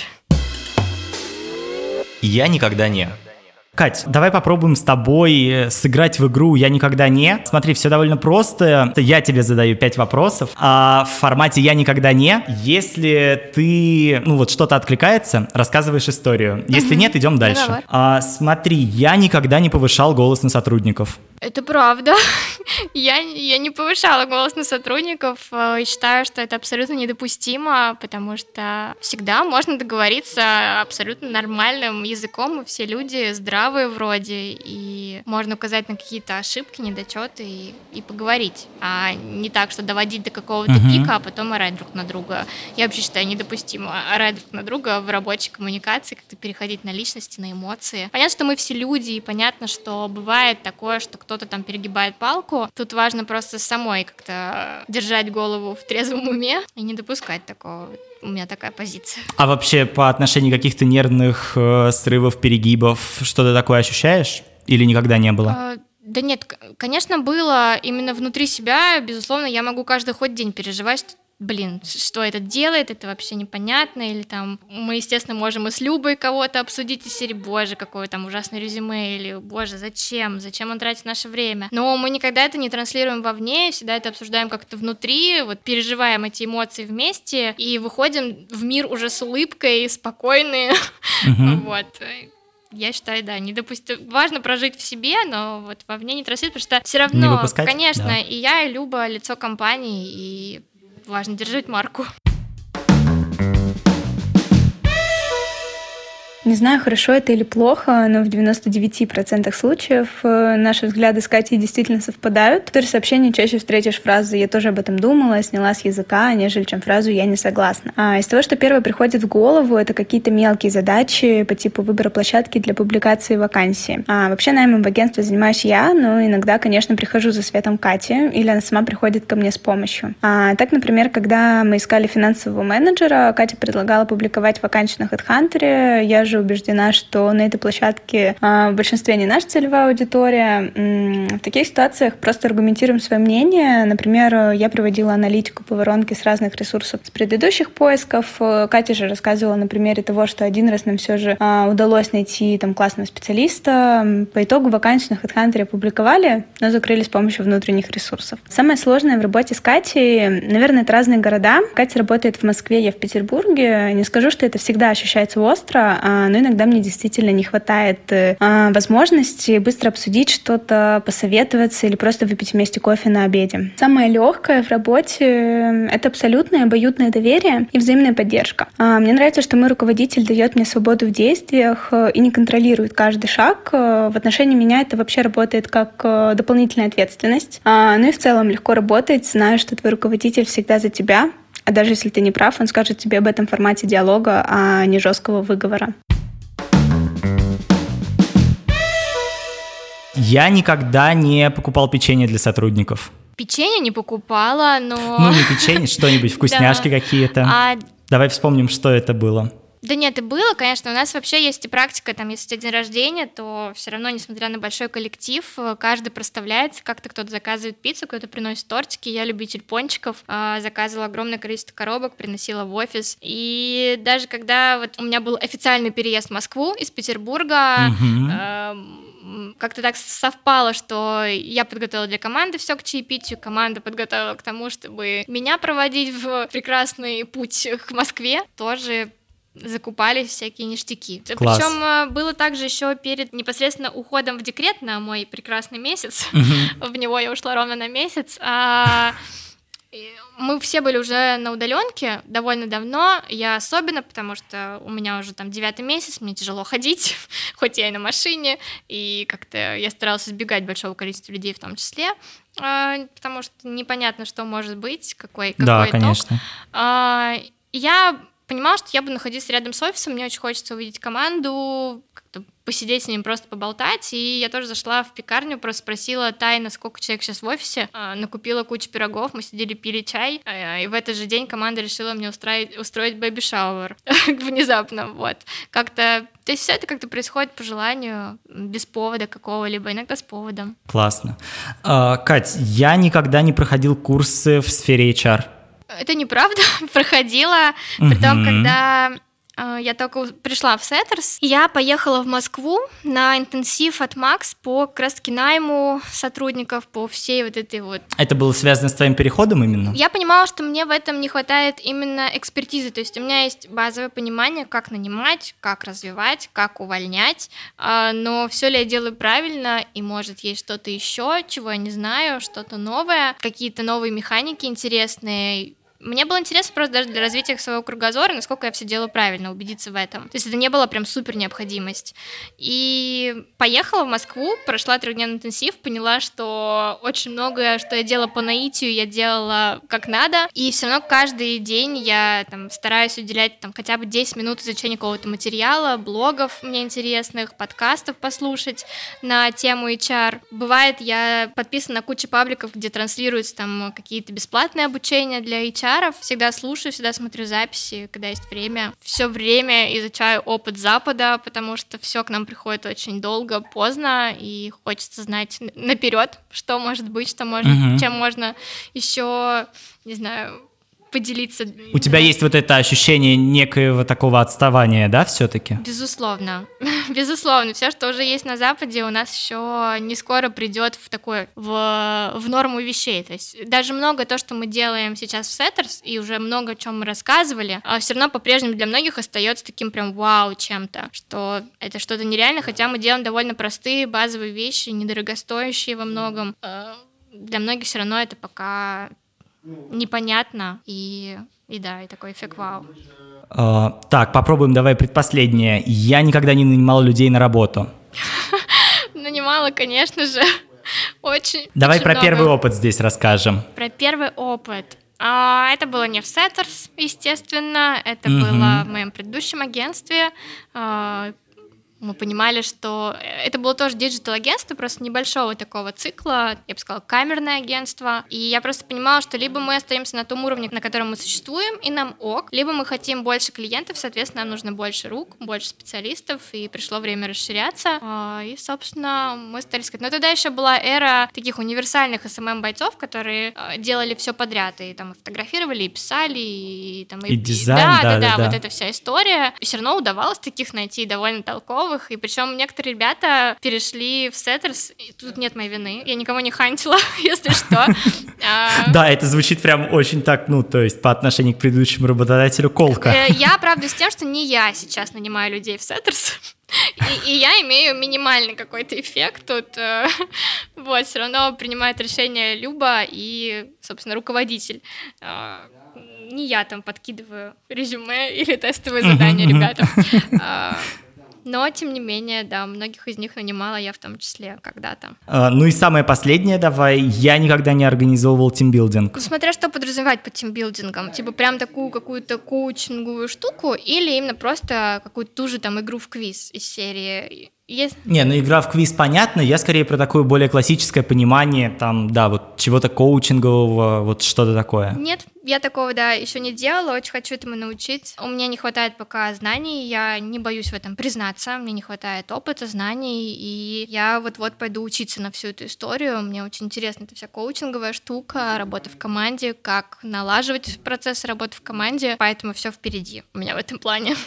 A: Я никогда не.
F: Кать, давай попробуем с тобой сыграть в игру «Я никогда не». Смотри, все довольно просто. Я тебе задаю пять вопросов, а в формате «Я никогда не». Если ты, ну вот что-то откликается, рассказываешь историю. Если угу. нет, идем дальше. Ну, а, смотри, я никогда не повышал голос на сотрудников.
E: Это правда. Я, я не повышала голос на сотрудников и считаю, что это абсолютно недопустимо, потому что всегда можно договориться абсолютно нормальным языком, и все люди здравые вроде, и можно указать на какие-то ошибки, недочеты и, и поговорить, а не так, что доводить до какого-то uh-huh. пика, а потом орать друг на друга. Я вообще считаю недопустимо орать друг на друга в рабочей коммуникации, как-то переходить на личности, на эмоции. Понятно, что мы все люди, и понятно, что бывает такое, что кто-то там перегибает палку. Тут важно просто самой как-то держать голову в трезвом уме и не допускать такого. У меня такая позиция.
F: А вообще по отношению каких-то нервных э, срывов, перегибов, что-то такое ощущаешь? Или никогда не было?
E: А, да нет, конечно, было именно внутри себя. Безусловно, я могу каждый хоть день переживать, что блин, что это делает, это вообще непонятно, или там мы, естественно, можем и с Любой кого-то обсудить из серии, боже, какое там ужасное резюме, или боже, зачем, зачем он тратит наше время, но мы никогда это не транслируем вовне, всегда это обсуждаем как-то внутри, вот переживаем эти эмоции вместе и выходим в мир уже с улыбкой, спокойные, вот. Я считаю, да, недопустимо. Важно прожить в себе, но вот вовне не транслировать, потому что все равно, конечно, да. И я, и Люба лицо компании, и важно держать марку.
D: Не знаю, хорошо это или плохо, но в девяноста девяти процентах случаев наши взгляды с Катей действительно совпадают. В сторис-сообщении чаще встретишь фразу «я тоже об этом думала», «сняла с языка», нежели чем фразу «я не согласна». А из того, что первое приходит в голову, это какие-то мелкие задачи по типу выбора площадки для публикации вакансии. А вообще наймом в агентстве занимаюсь я, но иногда, конечно, прихожу за советом Кати, или она сама приходит ко мне с помощью. А так, например, когда мы искали финансового менеджера, Катя предлагала публиковать вакансию на HeadHunter, я же
G: также убеждена, что на этой площадке в большинстве не наша целевая аудитория. В таких ситуациях просто аргументируем свое мнение. Например, я приводила аналитику по воронке с разных ресурсов с предыдущих поисков. Катя же рассказывала на примере того, что один раз нам все же удалось найти там классного специалиста. По итогу вакансию на HeadHunter опубликовали, но закрыли с помощью внутренних ресурсов. Самое сложное в работе с Катей, наверное, это разные города. Катя работает в Москве, я в Петербурге. Не скажу, что это всегда ощущается остро, но иногда мне действительно не хватает возможности быстро обсудить что-то, посоветоваться или просто выпить вместе кофе на обеде. Самое легкое в работе — это абсолютное обоюдное доверие и взаимная поддержка. Мне нравится, что мой руководитель дает мне свободу в действиях и не контролирует каждый шаг. В отношении меня это вообще работает как дополнительная ответственность. Ну и в целом легко работать, зная, что твой руководитель всегда за тебя, а даже если ты не прав, он скажет тебе об этом в формате диалога, а не жесткого выговора.
F: Я никогда не покупал печенье для сотрудников.
E: Печенье не покупала, но...
F: Ну, не печенье, что-нибудь, вкусняшки какие-то.
E: А...
F: Давай вспомним, что это было.
E: Да нет, и было, конечно. У нас вообще есть и практика, там, если у тебя день рождения, то все равно, несмотря на большой коллектив, каждый проставляется, как-то кто-то заказывает пиццу, кто-то приносит тортики. Я любитель пончиков, заказывала огромное количество коробок, приносила в офис. И даже когда вот у меня был официальный переезд в Москву из Петербурга, угу. как-то так совпало, что я подготовила для команды все к чаепитию, команда подготовила к тому, чтобы меня проводить в прекрасный путь к Москве, тоже закупались всякие ништяки.
F: Класс.
E: Причем было также еще перед непосредственно уходом в декрет на мой прекрасный месяц. Uh-huh. В него я ушла ровно на месяц. А мы все были уже на удаленке довольно давно. Я особенно, потому что у меня уже там девятый месяц, мне тяжело ходить, хоть я и на машине, и как-то я старалась избегать большого количества людей в том числе, потому что непонятно, что может быть, какой, какой
F: да,
E: итог.
F: Конечно.
E: Я понимала, что я буду находиться рядом с офисом, мне очень хочется увидеть команду, как-то посидеть с ними, просто поболтать, и я тоже зашла в пекарню, просто спросила тайно, сколько человек сейчас в офисе, накупила кучу пирогов, мы сидели, пили чай, и в этот же день команда решила мне устроить, устроить бэби-шауэр внезапно, вот, как-то, то есть все это как-то происходит по желанию, без повода какого-либо, иногда с поводом.
F: Классно. А, Кать, я никогда не проходил курсы в сфере эйч ар.
E: Это неправда, проходила, uh-huh. при том, когда э, я только пришла в Setters, я поехала в Москву на интенсив от Макс по как раз-таки найму сотрудников, по всей вот этой вот...
F: Это было связано с твоим переходом именно?
E: Я понимала, что мне в этом не хватает именно экспертизы, то есть у меня есть базовое понимание, как нанимать, как развивать, как увольнять, э, но все ли я делаю правильно, и может есть что-то еще, чего я не знаю, что-то новое, какие-то новые механики интересные. Мне было интересно просто даже для развития своего кругозора, насколько я все делаю правильно, убедиться в этом. То есть это не было прям супер необходимость. И поехала в Москву, прошла трехдневный интенсив, поняла, что очень многое, что я делала по наитию, я делала как надо. И все равно каждый день я там стараюсь уделять там хотя бы десять минут изучению какого-то материала, блогов мне интересных, подкастов послушать на тему эйч ар. Бывает, я подписана на кучу пабликов, где транслируются там какие-то бесплатные обучения для эйч ар. Всегда слушаю, всегда смотрю записи, когда есть время. Все время изучаю опыт Запада, потому что все к нам приходит очень долго, поздно, и хочется знать наперед, что может быть, что может, угу. чем можно еще, не знаю, поделиться.
F: У тебя есть вот это ощущение некоего такого отставания, да, все-таки?
E: Безусловно. Безусловно. Все, что уже есть на Западе, у нас еще не скоро придет в такое, в, в норму вещей. То есть даже много то, что мы делаем сейчас в Setters, и уже много о чем мы рассказывали, все равно по-прежнему для многих остается таким прям вау чем-то, что это что-то нереально, хотя мы делаем довольно простые базовые вещи, недорогостоящие во многом. Для многих все равно это пока непонятно, и, и да, и такой эффект вау.
F: Uh, так, попробуем, давай предпоследнее. Я никогда не нанимала людей на работу.
E: Нанимала, конечно же, очень.
F: Давай про первый опыт здесь расскажем.
E: Про первый опыт. А, это было не в Setters, естественно, это было в моем предыдущем агентстве. А, Мы понимали, что это было тоже диджитал-агентство, просто небольшого такого цикла, я бы сказала, камерное агентство. И я просто понимала, что либо мы остаемся на том уровне, на котором мы существуем, и нам ок, либо мы хотим больше клиентов, соответственно, нам нужно больше рук, больше специалистов, и пришло время расширяться. И, собственно, мы стали искать. Но тогда еще была эра таких универсальных эс эм эм-бойцов, которые делали все подряд, и там и фотографировали, и писали, и там...
F: И, и дизайн,
E: да,
F: да,
E: да,
F: да,
E: да,
F: да.
E: Вот эта вся история. И все равно удавалось таких найти довольно толковых. И причем некоторые ребята перешли в Setters, и тут нет моей вины, я никого не хантила, если что.
F: Да, это звучит прям очень так, ну, то есть по отношению к предыдущему работодателю колко.
E: Я оправдываюсь тем, что не я сейчас нанимаю людей в Setters, и, и я имею минимальный какой-то эффект тут. Вот, все равно принимает решение Люба и, собственно, руководитель. Не я там подкидываю резюме или тестовые задания ребятам. Но, тем не менее, да, многих из них нанимала я в том числе когда-то.
F: А, ну и самое последнее давай. Я никогда не организовывал тимбилдинг.
E: Ну, смотря что подразумевать под тимбилдингом. Типа прям такую какую-то коучинговую штуку или именно просто какую-то ту же там игру в квиз из серии... Есть...
F: Не, ну игра в квиз понятно, я скорее про такое более классическое понимание, там, да, вот чего-то коучингового, вот что-то такое.
E: Нет, я такого, да, еще не делала, очень хочу этому научиться. У меня не хватает пока знаний, я не боюсь в этом признаться, мне не хватает опыта, знаний, и я вот-вот пойду учиться на всю эту историю. Мне очень интересна эта вся коучинговая штука, работа в команде, как налаживать процесс работы в команде, поэтому все впереди у меня в этом плане.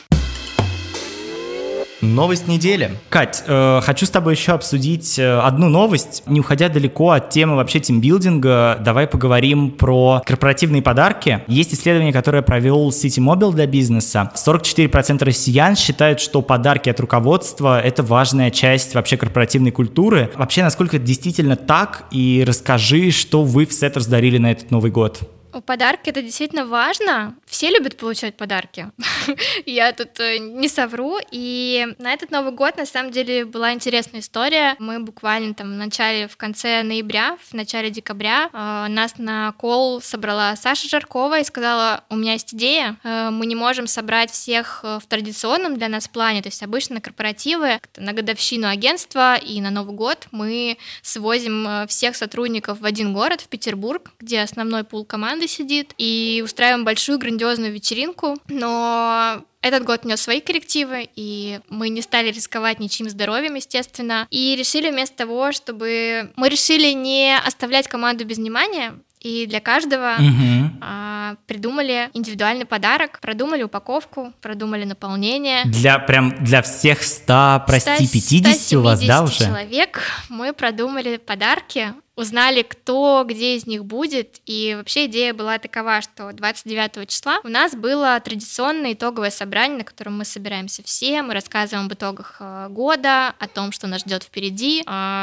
A: Новость недели.
F: Кать, э, хочу с тобой еще обсудить э, одну новость. Не уходя далеко от темы вообще тимбилдинга, давай поговорим про корпоративные подарки. Есть исследование, которое провел Ситимобил для бизнеса. сорок четыре процента россиян считают, что подарки от руководства — это важная часть вообще корпоративной культуры. Вообще, насколько это действительно так? И расскажи, что вы в Setters дарили на этот Новый год.
E: Подарки — это действительно важно. Все любят получать подарки. Я тут не совру. И на этот Новый год, на самом деле, была интересная история. Мы буквально там в начале, в конце ноября, в начале декабря э, нас на колл собрала Саша Жаркова и сказала: у меня есть идея, э, мы не можем собрать всех в традиционном для нас плане, то есть обычно на корпоративы, на годовщину агентства и на Новый год мы свозим всех сотрудников в один город, в Петербург, где основной пул команды сидит, и устраиваем большую грандиозную вечеринку, но этот год нес свои коррективы, и мы не стали рисковать ничьим здоровьем, естественно, и решили вместо того, чтобы... Мы решили не оставлять команду без внимания, и для каждого
F: угу.
E: а, придумали индивидуальный подарок, продумали упаковку, продумали наполнение.
F: Для прям для всех ста, прости, пятидесяти у вас, да, уже?
E: Человек мы продумали подарки, узнали, кто, где из них будет, и вообще идея была такова, что двадцать девятого числа у нас было традиционное итоговое собрание, на котором мы собираемся все, мы рассказываем об итогах года, о том, что нас ждет впереди.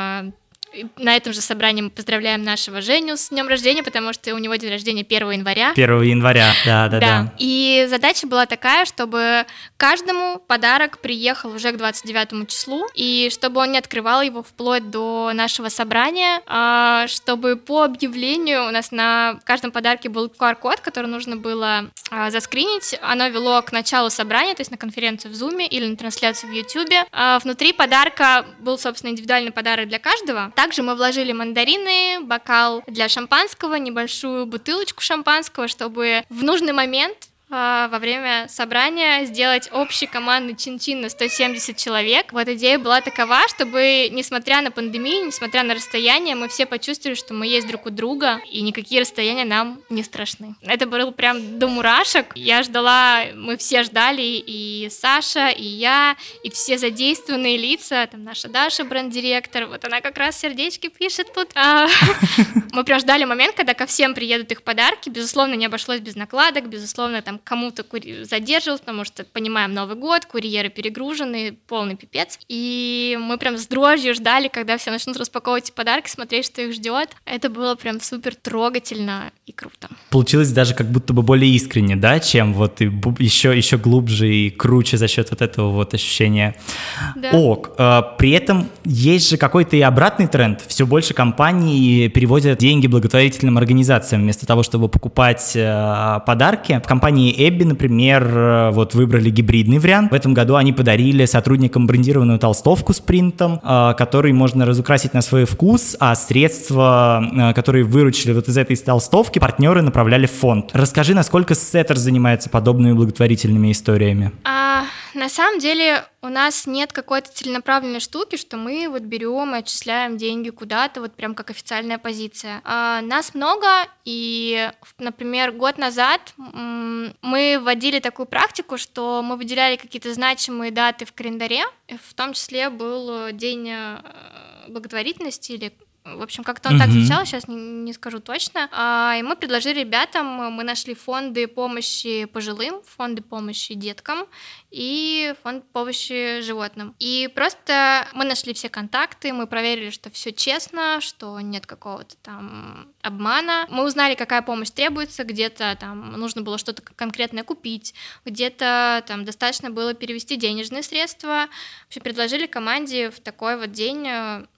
E: На этом же собрании мы поздравляем нашего Женю с днем рождения, потому что у него день рождения первого января.
F: первого января, да, да, да,
E: да. И задача была такая, чтобы каждому подарок приехал уже к двадцать девятому числу, и чтобы он не открывал его вплоть до нашего собрания, а чтобы по объявлению у нас на каждом подарке был ку ар-код, который нужно было а, заскринить. Оно вело к началу собрания, то есть на конференцию в Zoom или на трансляцию в YouTube. А внутри подарка был, собственно, индивидуальный подарок для каждого. Также мы вложили мандарины, бокал для шампанского, небольшую бутылочку шампанского, чтобы в нужный момент во время собрания сделать общий командный чин-чин на сто семьдесят человек. Вот идея была такова, чтобы, несмотря на пандемию, несмотря на расстояние, мы все почувствовали, что мы есть друг у друга, и никакие расстояния нам не страшны. Это был прям до мурашек. Я ждала, мы все ждали, и Саша, и я, и все задействованные лица, там наша Даша, бренд-директор, вот она как раз сердечки пишет тут. Мы прям ждали момент, когда ко всем приедут их подарки. Безусловно, не обошлось без накладок, безусловно, там кому-то кури... задерживался, потому что, понимаем, Новый год, курьеры перегружены, полный пипец. И мы прям с дрожью ждали, когда все начнут распаковывать подарки, смотреть, что их ждет. Это было прям супер трогательно и круто.
F: Получилось даже как будто бы более искренне, да, чем вот и еще, еще глубже и круче за счет вот этого вот ощущения.
E: Да.
F: Ок. А, при этом есть же какой-то и обратный тренд. Все больше компаний переводят деньги благотворительным организациям вместо того, чтобы покупать а, подарки. В компании компании Эбби, например, вот выбрали гибридный вариант. В этом году они подарили сотрудникам брендированную толстовку с принтом, который можно разукрасить на свой вкус, а средства, которые выручили вот из этой толстовки, партнеры направляли в фонд. Расскажи, насколько Setters занимается подобными благотворительными историями?
E: А, на самом деле у нас нет какой-то целенаправленной штуки, что мы вот берем и отчисляем деньги куда-то, вот прям как официальная позиция. А, нас много, и, например, год назад мы вводили такую практику, что мы выделяли какие-то значимые даты в календаре, в том числе был день благотворительности или в общем, как-то он uh-huh. так звучал, сейчас не, не скажу точно. А, и мы предложили ребятам, мы нашли фонды помощи пожилым, фонды помощи деткам и фонд помощи животным. И просто мы нашли все контакты, мы проверили, что все честно, что нет какого-то там обмана. Мы узнали, какая помощь требуется, где-то там нужно было что-то конкретное купить, где-то там достаточно было перевести денежные средства. Вообще предложили команде в такой вот день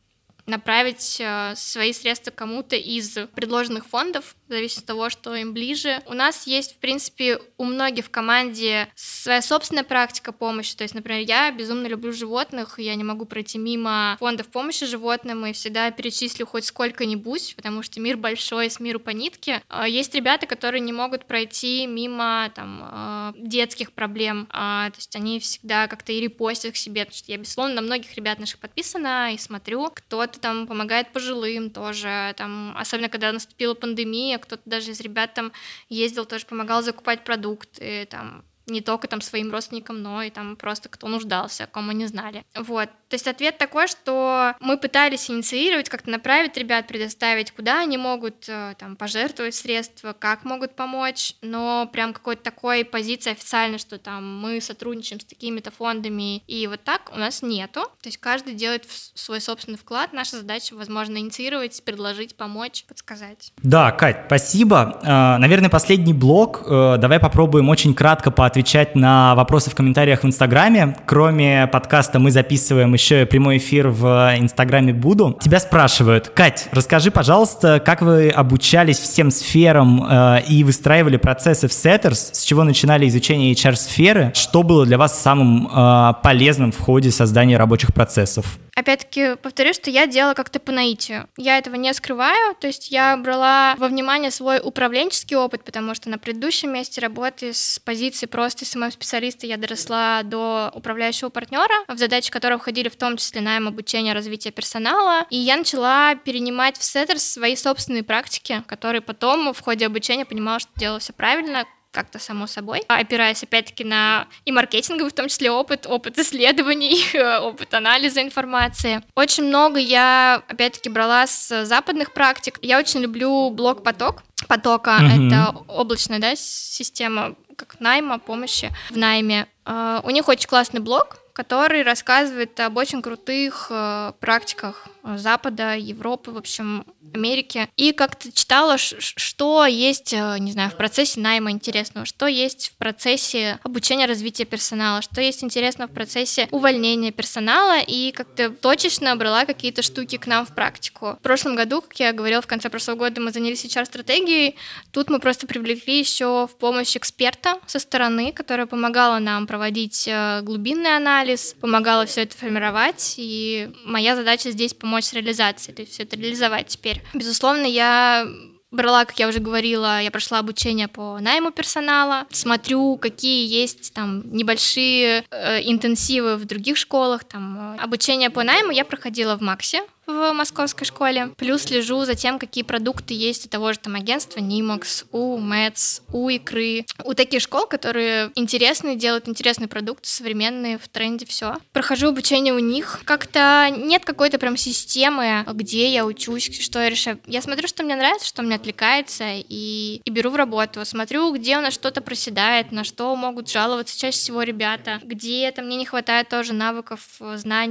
E: направить э, свои средства кому-то из предложенных фондов, зависит от того, что им ближе. У нас есть, в принципе, у многих в команде своя собственная практика помощи. То есть, например, я безумно люблю животных, я не могу пройти мимо фондов помощи животным и всегда перечислю хоть сколько-нибудь, потому что мир большой, с миру по нитке. Есть ребята, которые не могут пройти мимо там, детских проблем, то есть они всегда как-то и репостят к себе, потому что я, безусловно, на многих ребят наших подписана и смотрю, кто-то там помогает пожилым тоже, там, особенно когда наступила пандемия, кто-то даже из ребят там ездил, тоже помогал закупать продукты, там, не только там своим родственникам, но и там просто кто нуждался, о ком мы не знали. Вот. То есть ответ такой, что мы пытались инициировать, как-то направить ребят, предоставить, куда они могут там пожертвовать средства, как могут помочь, но прям какой-то такой позиции официальной, что там мы сотрудничаем с такими-то фондами, и вот так у нас нету. То есть каждый делает свой собственный вклад. Наша задача, возможно, инициировать, предложить, помочь, подсказать.
F: Да, Кать, спасибо. Наверное, последний блок. Давай попробуем очень кратко поответить отвечать на вопросы в комментариях в Инстаграме. Кроме подкаста мы записываем еще прямой эфир в Инстаграме Буду. Тебя спрашивают: Кать, расскажи, пожалуйста, как вы обучались всем сферам э, и выстраивали процессы в Setters, с чего начинали изучение эйч ар-сферы, что было для вас самым э, полезным в ходе создания рабочих процессов?
E: Опять-таки, повторю, что я делала как-то по наитию. Я этого не скрываю, то есть я брала во внимание свой управленческий опыт, потому что на предыдущем месте работы с позиции просто эс эм эм-специалиста я доросла до управляющего партнера, в задачи которого входили в том числе найм, обучение, развитие персонала, и я начала перенимать в Setters свои собственные практики, которые потом в ходе обучения понимала, что делала все правильно, как-то само собой, опираясь опять-таки на и маркетинговый, в том числе опыт, опыт исследований, опыт анализа информации. Очень много я опять-таки брала с западных практик. Я очень люблю блок поток. Потока mm-hmm. это облачная, да, система как найма, помощи в найме. Uh, у них очень классный блог, который рассказывает об очень крутых uh, практиках Запада, Европы, в общем, Америки. И как-то читала, что есть, не знаю, в процессе найма интересного, что есть в процессе обучения, развития персонала, что есть интересного в процессе увольнения персонала, и как-то точечно брала какие-то штуки к нам в практику. В прошлом году, как я говорила, в конце прошлого года мы занялись эйч ар-стратегией. Тут мы просто привлекли еще в помощь эксперта со стороны, которая помогала нам проводить глубинный анализ, помогала все это формировать, и моя задача здесь помочь с реализацией, то есть все это реализовать теперь. Безусловно, я брала, как я уже говорила, я прошла обучение по найму персонала, смотрю, какие есть там небольшие э, интенсивы в других школах, там э, обучение по найму я проходила в Максе, в московской школе. Плюс слежу за тем, какие продукты есть у того же там агентства Нимакс, у Мэтс, у Икры, у таких школ, которые интересные, делают интересные продукты, современные, в тренде, все. Прохожу обучение у них. Как-то нет какой-то прям системы, где я учусь, что я решаю. Я смотрю, что мне нравится, что мне отвлекается, и, и беру в работу. Смотрю, где у нас что-то проседает, на что могут жаловаться чаще всего ребята, где-то мне не хватает тоже навыков, знаний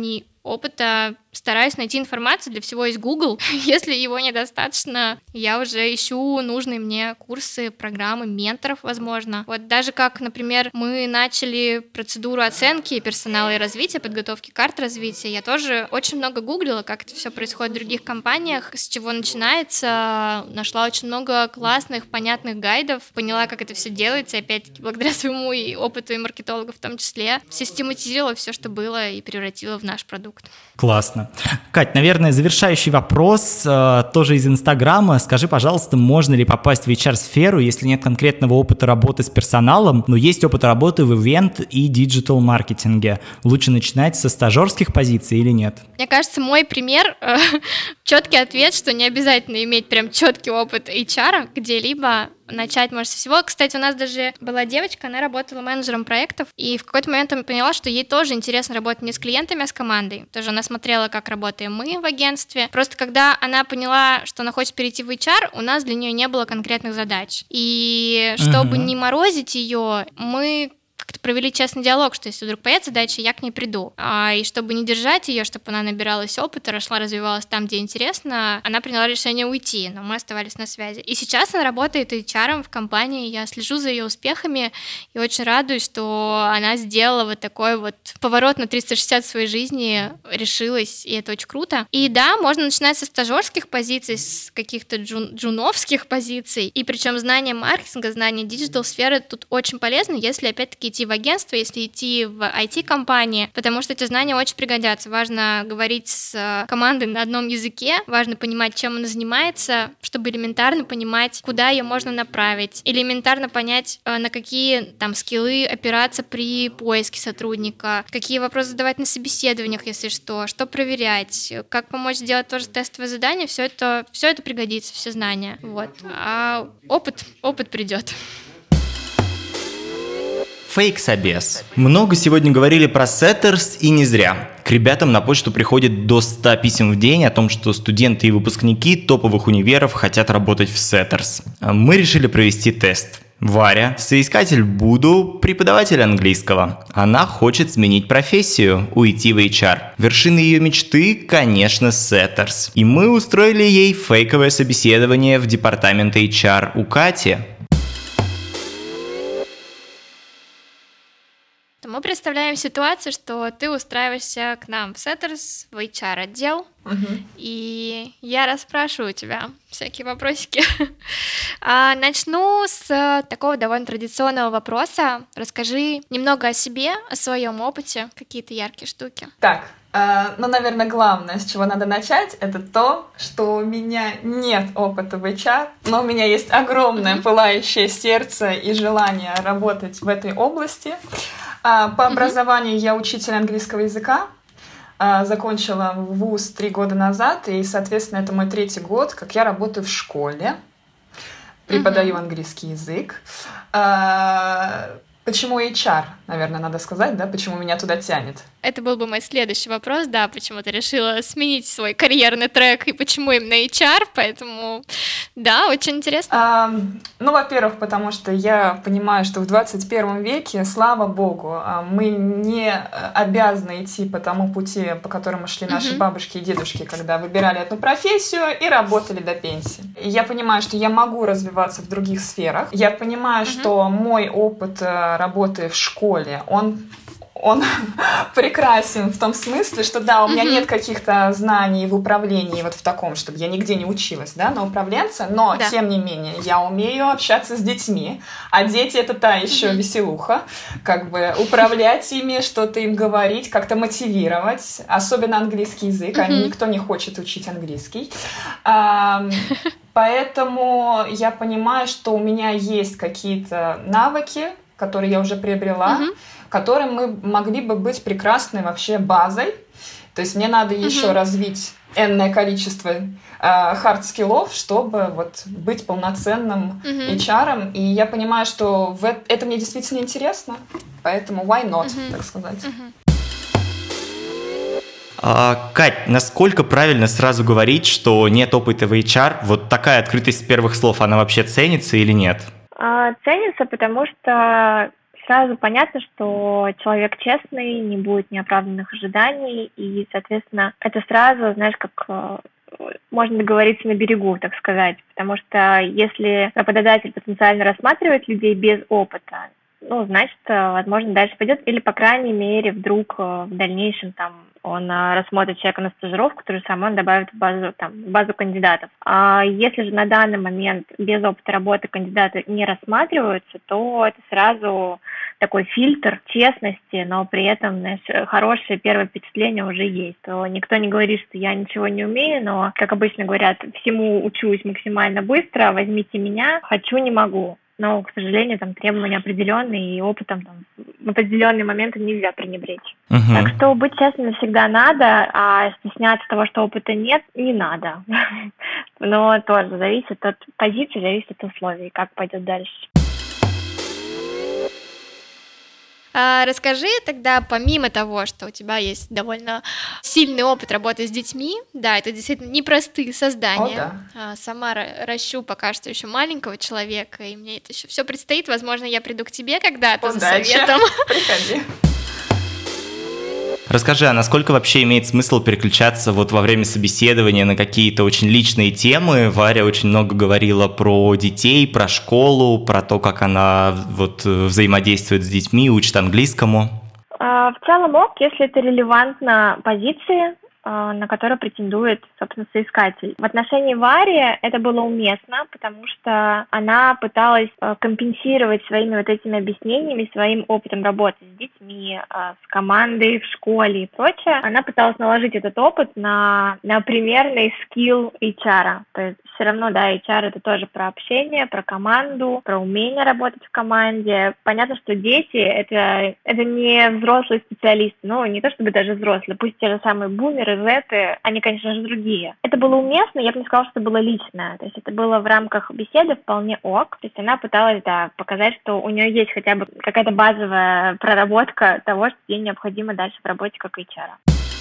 E: опыта стараюсь найти информацию, для всего есть Google. Если его недостаточно, я уже ищу нужные мне курсы, программы, менторов, возможно. Вот даже как, например, мы начали процедуру оценки персонала и развития, подготовки карт развития, я тоже очень много гуглила, как это все происходит в других компаниях, с чего начинается, нашла очень много классных, понятных гайдов, поняла, как это все делается, и опять-таки благодаря своему и опыту и маркетолога в том числе, систематизировала все, что было, и превратила в наш продукт.
F: Классно. Кать, наверное, завершающий вопрос, э, тоже из Инстаграма. Скажи, пожалуйста, можно ли попасть в эйч ар-сферу, если нет конкретного опыта работы с персоналом, но есть опыт работы в ивент и диджитал-маркетинге? Лучше начинать со стажерских позиций или нет?
E: Мне кажется, мой пример, э, четкий ответ, что не обязательно иметь прям четкий опыт эйч ар где-либо. Начать можно со всего. Кстати, у нас даже была девочка, она работала менеджером проектов, и в какой-то момент я поняла, что ей тоже интересно работать не с клиентами, а с командой. Тоже она смотрела, как работаем мы в агентстве. Просто когда она поняла, что она хочет перейти в эйч ар, у нас для нее не было конкретных задач. И чтобы uh-huh. не морозить ее, мы как-то провели честный диалог, что если вдруг появится задача, я к ней приду. А, и чтобы не держать ее, чтобы она набиралась опыта, росла, развивалась там, где интересно, она приняла решение уйти, но мы оставались на связи. И сейчас она работает эйч ар в компании, я слежу за ее успехами и очень радуюсь, что она сделала вот такой вот поворот на триста шестьдесят в своей жизни, решилась, и это очень круто. И да, можно начинать со стажерских позиций, с каких-то джун- джуновских позиций, и причем знание маркетинга, знание диджитал-сферы тут очень полезно, если опять-таки идти в агентство, если идти в ай ти-компании, потому что эти знания очень пригодятся. Важно говорить с командой на одном языке, важно понимать, чем она занимается, чтобы элементарно понимать, куда ее можно направить, элементарно понять, на какие там скиллы опираться при поиске сотрудника, какие вопросы задавать на собеседованиях, если что, что проверять, как помочь сделать тоже тестовое задание, все это, все это пригодится, все знания. Вот. А опыт, опыт придет.
A: Фейк-собес. Много сегодня говорили про Setters, и не зря. К ребятам на почту приходит до ста писем в день о том, что студенты и выпускники топовых универов хотят работать в Setters. Мы решили провести тест. Варя, соискатель буду, преподаватель английского. Она хочет сменить профессию, уйти в эйч ар. Вершина ее мечты, конечно, Setters. И мы устроили ей фейковое собеседование в департамент эйч ар у Кати.
E: Мы представляем ситуацию, что ты устраиваешься к нам в Setters, в эйч ар-отдел, uh-huh. и я расспрашиваю тебя всякие вопросики. Начну с такого довольно традиционного вопроса. Расскажи немного о себе, о своем опыте, какие-то яркие штуки.
H: Так, э, ну, наверное, главное, с чего надо начать, это то, что у меня нет опыта в эйч ар, но у меня есть огромное uh-huh. пылающее сердце и желание работать в этой области. По образованию я учитель английского языка, закончила вуз три года назад, и, соответственно, это мой третий год, как я работаю в школе, преподаю uh-huh. английский язык. Почему эйч ар, наверное, надо сказать, да, почему меня туда тянет?
E: Это был бы мой следующий вопрос, да, почему ты решила сменить свой карьерный трек и почему именно эйч ар, поэтому, да, очень интересно.
H: А, ну, во-первых, потому что я понимаю, что в двадцать первом веке, слава богу, мы не обязаны идти по тому пути, по которому шли наши uh-huh. бабушки и дедушки, когда выбирали эту профессию и работали до пенсии. И я понимаю, что я могу развиваться в других сферах. Я понимаю, uh-huh. что мой опыт работы в школе, он, он прекрасен в том смысле, что да, у меня mm-hmm. нет каких-то знаний в управлении вот в таком, чтобы я нигде не училась, да, на управленца, но да. тем не менее я умею общаться с детьми, а дети — это та еще mm-hmm. веселуха, как бы управлять ими, что-то им говорить, как-то мотивировать, особенно английский язык, mm-hmm. а никто не хочет учить английский. Поэтому я понимаю, что у меня есть какие-то навыки, которые я уже приобрела, uh-huh. которым мы могли бы быть прекрасной вообще базой. То есть мне надо uh-huh. еще развить энное количество э, хард-скиллов, чтобы вот быть полноценным uh-huh. эйч ар. И я понимаю, что в это, это мне действительно интересно, поэтому why not, uh-huh. так сказать.
E: Uh-huh.
A: А, Кать, насколько правильно сразу говорить, что нет опыта в эйч ар? Вот такая открытость с первых слов, она вообще ценится или нет?
G: Ценится, потому что
I: сразу понятно, что человек честный, не будет неоправданных ожиданий, и, соответственно, это сразу, знаешь, как можно договориться на берегу, так сказать, потому что если работодатель потенциально рассматривает людей без опыта, ну, значит, возможно, дальше пойдет, или, по крайней мере, вдруг в дальнейшем там он рассмотрит человека на стажировку, то же самое он добавит в базу, там, в базу кандидатов. А если же на данный момент без опыта работы кандидаты не рассматриваются, то это сразу такой фильтр честности, но при этом, знаешь, хорошее первое впечатление уже есть. То никто не говорит, что я ничего не умею, но, как обычно говорят, всему учусь максимально быстро, возьмите меня, хочу, не могу. Но, к сожалению, там требования определенные, и опытом там, в определенные моменты нельзя пренебречь.
A: Угу.
I: Так что быть честным всегда надо, а стесняться того, что опыта нет, не надо. Но тоже зависит от позиции, зависит от условий, как пойдет дальше.
E: А расскажи тогда, помимо того, что у тебя есть довольно сильный опыт работы с детьми, да, это действительно непростые создания.
H: О, да.
E: А, сама ращу пока что еще маленького человека, и мне это еще все предстоит. Возможно, я приду к тебе когда-то за советом.
H: Приходи.
A: Расскажи, а насколько вообще имеет смысл переключаться вот во время собеседования на какие-то очень личные темы? Варя очень много говорила про детей, про школу, про то, как она вот взаимодействует с детьми, учит английскому.
I: В целом ок, если это релевантно позиции, на которую претендует, собственно, соискатель. В отношении Вари это было уместно, потому что она пыталась компенсировать своими вот этими объяснениями, своим опытом работы с детьми, с командой в школе и прочее. Она пыталась наложить этот опыт на, на примерный скилл эйч ар. То есть все равно, да, эйч ар это тоже про общение, про команду, про умение работать в команде. Понятно, что дети это, это не взрослые специалисты, ну, не то чтобы даже взрослые, пусть те же самые бумеры, зеты, они, конечно же, другие. Это было уместно, я бы не сказала, что это было личное. То есть это было в рамках беседы вполне ок. То есть она пыталась, да, показать, что у нее есть хотя бы какая-то базовая проработка того, что ей необходимо дальше в работе как эйч ар.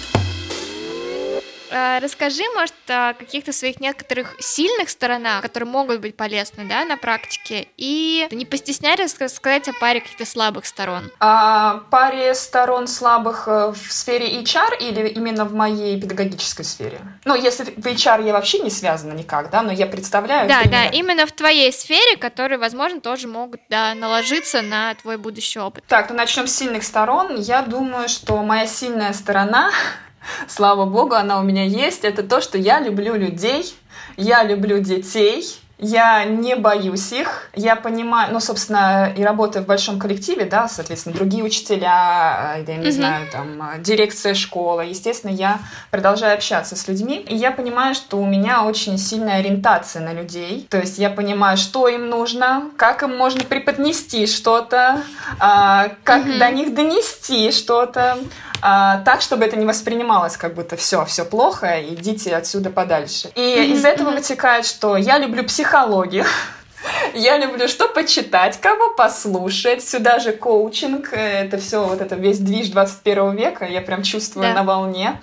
E: Расскажи, может, о каких-то своих некоторых сильных сторонах, которые могут быть полезны, да, на практике, и не постесняйся сказать о паре каких-то слабых сторон.
H: А паре сторон слабых в сфере эйч ар или именно в моей педагогической сфере? Ну, если в эйч ар я вообще не связана никак, да, но я представляю.
E: Да,
H: пример.
E: да, именно в твоей сфере, которые, возможно, тоже могут, да, наложиться на твой будущий опыт.
H: Так, ну начнем с сильных сторон. Я думаю, что моя сильная сторона, слава богу, она у меня есть. Это то, что я люблю людей, я люблю детей, я не боюсь их. Я понимаю, ну, собственно, и работая в большом коллективе, да, соответственно, другие учителя, я не mm-hmm. знаю, там, дирекция школы. Естественно, я продолжаю общаться с людьми, и я понимаю, что у меня очень сильная ориентация на людей. То есть я понимаю, что им нужно, как им можно преподнести что-то, как mm-hmm. до них донести что-то. А, так, чтобы это не воспринималось как будто все, все плохо, идите отсюда подальше. И mm-hmm. из этого вытекает, что я люблю психологию, я люблю что почитать, кого послушать, сюда же коучинг, это все, вот это весь движ двадцать первого века, я прям чувствую да. на волне.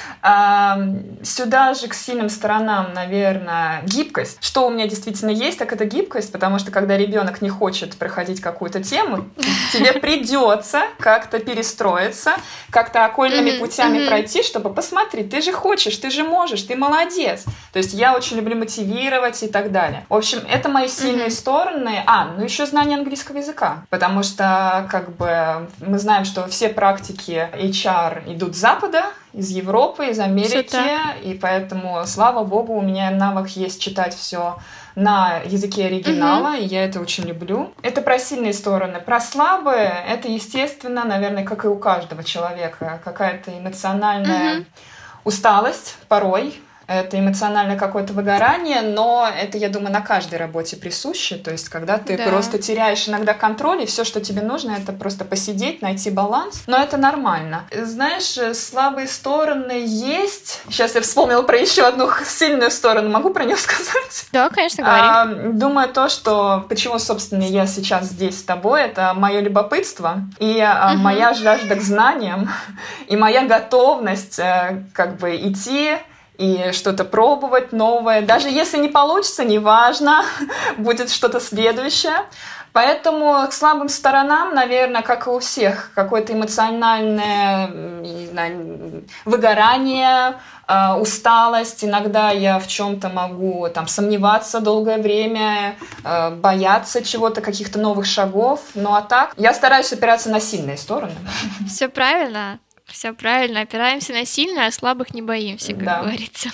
H: А, сюда же к сильным сторонам, наверное, гибкость. Что у меня действительно есть, так это гибкость, потому что когда ребенок не хочет проходить какую-то тему, тебе придется как-то перестроиться, как-то окольными mm-hmm. путями mm-hmm. пройти, чтобы посмотри, ты же хочешь, ты же можешь, ты молодец. То есть я очень люблю мотивировать и так далее. В общем, это мои сильные mm-hmm. стороны. А, ну еще знание английского языка, потому что как бы мы знаем, что все практики эйч ар идут с Запада, из Европы, из Америки, и поэтому, слава богу, у меня навык есть читать все на языке оригинала, mm-hmm. и я это очень люблю. Это про сильные стороны. Про слабые, это, естественно, наверное, как и у каждого человека, какая-то эмоциональная mm-hmm. усталость порой, это эмоциональное какое-то выгорание, но это, я думаю, на каждой работе присуще, то есть когда ты да. просто теряешь иногда контроль, и все, что тебе нужно, это просто посидеть, найти баланс, но это нормально. Знаешь, слабые стороны есть. Сейчас я вспомнила про еще одну сильную сторону, могу про нее сказать?
E: Да, конечно, говори.
H: А, думаю, то, что почему, собственно, я сейчас здесь с тобой, это мое любопытство и uh-huh. моя жажда к знаниям, и моя готовность как бы идти и что-то пробовать новое. Даже если не получится, неважно, будет что-то следующее. Поэтому к слабым сторонам, наверное, как и у всех, какое-то эмоциональное, не знаю, выгорание, усталость. Иногда я в чем-то могу там сомневаться долгое время, бояться чего-то, каких-то новых шагов. Ну а так, я стараюсь опираться на сильные стороны.
E: Все правильно, все правильно. Опираемся на сильные, а слабых не боимся, как
H: Да.
E: говорится.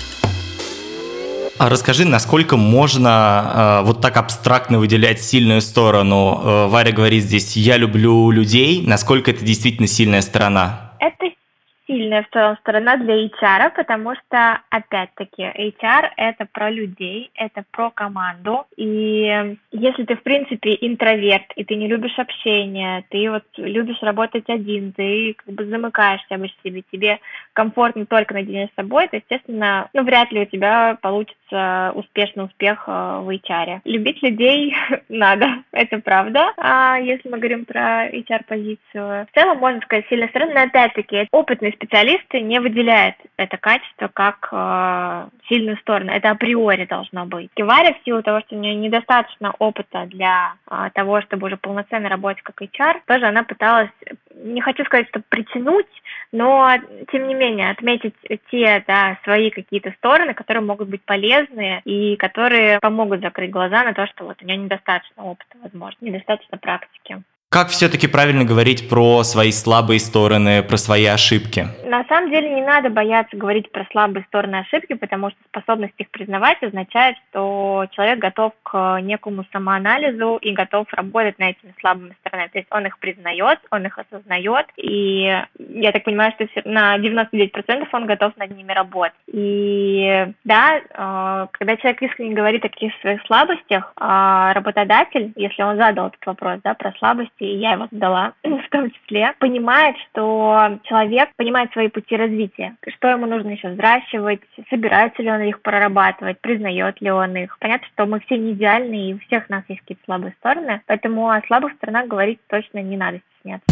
A: А расскажи, насколько можно э, вот так абстрактно выделять сильную сторону? Э, Варя говорит здесь «я люблю людей». Насколько это действительно сильная сторона?
I: Это сильная в целом сторона для эйч ар, потому что, опять-таки, эйч ар — это про людей, это про команду. И если ты, в принципе, интроверт, и ты не любишь общение, ты вот любишь работать один, ты как бы замыкаешься в себе, тебе комфортно только наедине с собой, то, естественно, ну, вряд ли у тебя получится успешный успех в эйч ар. Любить людей надо, это правда. А если мы говорим про эйч ар-позицию, в целом, можно сказать, сильная сторона, но, опять-таки, опытные специалисты не выделяют это качество как э, сильную сторону. Это априори должно быть. И Варя, в силу того, что у нее недостаточно опыта для э, того, чтобы уже полноценно работать как эйч ар, тоже она пыталась, не хочу сказать, что притянуть, но, тем не менее, отметить те, да, свои какие-то стороны, которые могут быть полезны и которые помогут закрыть глаза на то, что вот у нее недостаточно опыта, возможно, недостаточно практики.
A: Как все-таки правильно говорить про свои слабые стороны, про свои ошибки?
I: На самом деле не надо бояться говорить про слабые стороны, ошибки, потому что способность их признавать означает, что человек готов к некому самоанализу и готов работать над этими слабыми сторонами. То есть он их признает, он их осознает, и я так понимаю, что на девяносто девять процентов он готов над ними работать. И да, когда человек искренне говорит о каких-то своих слабостях, работодатель, если он задал этот вопрос, да, про слабости, и я его задала в том числе, понимает, что человек понимает свои пути развития, что ему нужно еще взращивать, собирается ли он их прорабатывать, признает ли он их. Понятно, что мы все не идеальны, и у всех у нас есть какие-то слабые стороны, поэтому о слабых сторонах говорить точно не надо стесняться.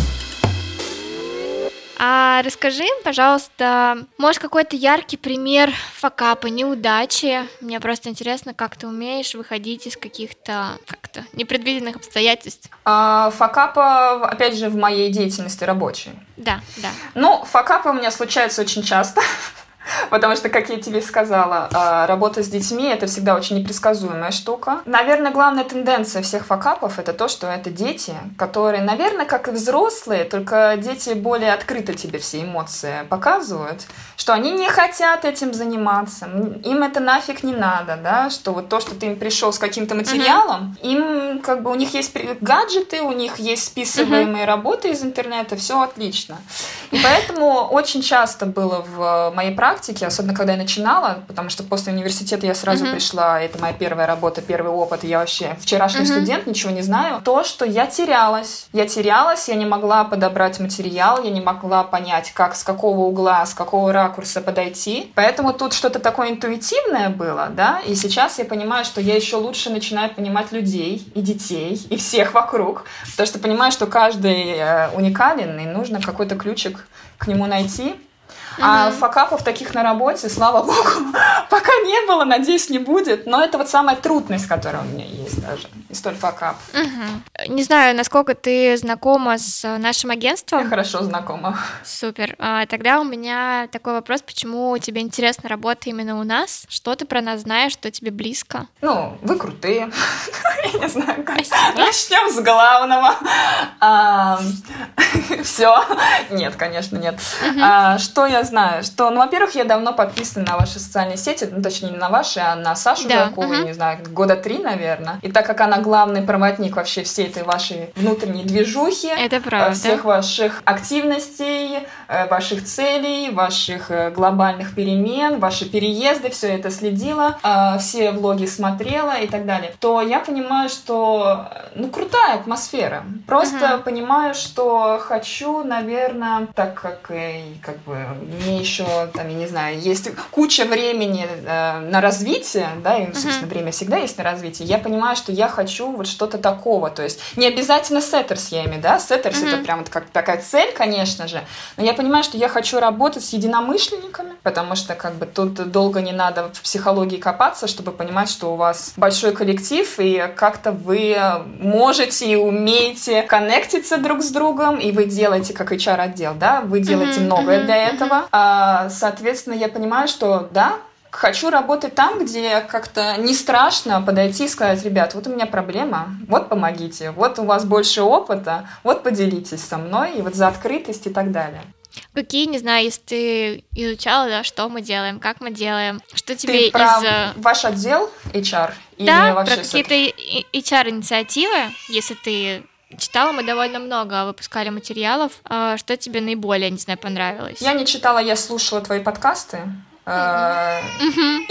E: А расскажи, пожалуйста, может, какой-то яркий пример факапа, неудачи? Мне просто интересно, как ты умеешь выходить из каких-то как-то непредвиденных обстоятельств.
H: А, факапа, опять же, в моей деятельности рабочей.
E: Да, да.
H: Ну, факапы у меня случаются очень часто. Потому что, как я тебе сказала, работа с детьми – это всегда очень непредсказуемая штука. Наверное, главная тенденция всех факапов – это то, что это дети, которые, наверное, как и взрослые, только дети более открыто тебе все эмоции показывают, что они не хотят этим заниматься, им это нафиг не надо, да, что вот то, что ты им пришел с каким-то материалом, mm-hmm. им как бы у них есть гаджеты, у них есть списываемые mm-hmm. работы из интернета, все отлично. И поэтому очень часто было в моей практике, особенно когда я начинала, потому что после университета я сразу mm-hmm. пришла, это моя первая работа, первый опыт, я вообще вчерашний mm-hmm. студент, ничего не знаю, то, что я терялась. Я терялась, я не могла подобрать материал, я не могла понять, как, с какого угла, с какого ракурса подойти. Поэтому тут что-то такое интуитивное было, да, и сейчас я понимаю, что я еще лучше начинаю понимать людей и детей, и всех вокруг, потому что понимаю, что каждый уникален, и нужно какой-то ключик к нему найти. А факапов таких на работе, слава богу, пока не было, надеюсь, не будет. Но это вот самая трудность, которая у меня есть даже. И столь факап.
E: Угу. Не знаю, насколько ты знакома с нашим агентством.
H: Я хорошо знакома.
E: Супер. А, тогда у меня такой вопрос, почему тебе интересна работа именно у нас? Что ты про нас знаешь, что тебе близко?
H: Ну, вы крутые. Я не знаю, как. Начнем с главного. Все. Нет, конечно, нет. Что я знаю? Что, ну, во-первых, я давно подписана на ваши социальные сети, ну, точнее, не на ваши, а на Сашу
E: да,
H: Жаркову,
E: uh-huh.
H: не знаю, года три, наверное. И так как она главный проводник вообще всей этой вашей внутренней движухи,
E: это правда.
H: Всех ваших активностей, ваших целей, ваших глобальных перемен, ваши переезды, все это следила, все влоги смотрела и так далее, то я понимаю, что, ну, крутая атмосфера. Просто uh-huh. понимаю, что хочу, наверное, так как, как бы, мне еще, там, я не знаю, есть куча времени э, на развитие, да, и, собственно, uh-huh. время всегда есть на развитие, я понимаю, что я хочу вот что-то такого, то есть не обязательно Setters я имею, да, Setters uh-huh. это прям вот как такая цель, конечно же, Но я понимаю, что я хочу работать с единомышленниками, потому что как бы тут долго не надо в психологии копаться, чтобы понимать, что у вас большой коллектив, и как-то вы можете и умеете коннектиться друг с другом, и вы делаете как эйч ар-отдел, да, вы делаете mm-hmm, многое mm-hmm, для этого. Mm-hmm. А, соответственно, я понимаю, что да, хочу работать там, где как-то не страшно подойти и сказать: ребят, вот у меня проблема, вот помогите, вот у вас больше опыта, вот поделитесь со мной, и вот за открытость и так далее.
E: Какие, не знаю, если ты изучала, да, что мы делаем, как мы делаем, что тебе
H: ты
E: из...
H: про ваш отдел эйч ар?
E: Да,
H: или
E: про какие-то эйч ар-инициативы, если ты читала, мы довольно много выпускали материалов. Что тебе наиболее, не знаю, понравилось?
H: Я не читала, я слушала твои подкасты. Uh-huh.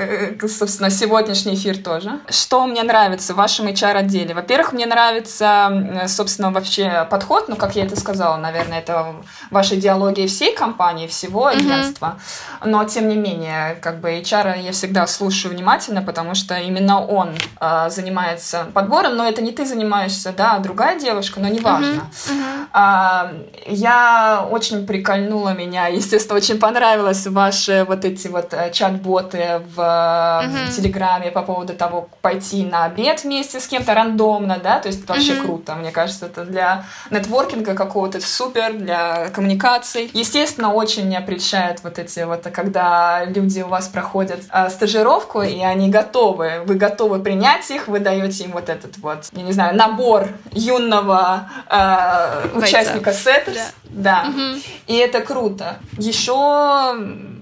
H: И, собственно, сегодняшний эфир тоже. Что мне нравится в вашем эйч ар-отделе? Во-первых, мне нравится, собственно, вообще подход, ну, как я это сказала, наверное, это ваша идеология всей компании, всего агентства. Uh-huh. Но, тем не менее, как бы эйч ар я всегда слушаю внимательно, потому что именно он э, занимается подбором, но это не ты занимаешься, да, а другая девушка, но неважно. Uh-huh. Uh-huh. Э, я очень прикольнула меня, естественно, очень понравилось ваши вот эти вот чат-боты в, uh-huh. в Телеграме по поводу того, пойти на обед вместе с кем-то рандомно, да, то есть это вообще uh-huh. круто. Мне кажется, это для нетворкинга какого-то супер, для коммуникаций. Естественно, очень меня прельщает вот эти вот, когда люди у вас проходят э, стажировку, и они готовы, вы готовы принять их, вы даете им вот этот вот, я не знаю, набор юного э, участника Setters. Да. Да. Uh-huh. И это круто. Еще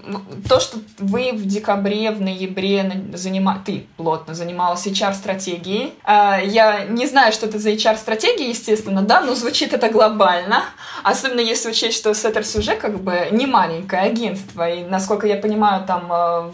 H: то, что вы в декабре, в ноябре занима... ты плотно занималась эйч ар-стратегией. Я не знаю, что это за эйч ар-стратегия, естественно, да, но звучит это глобально. Особенно если учесть, что Setters уже как бы не маленькое агентство. И, насколько я понимаю, там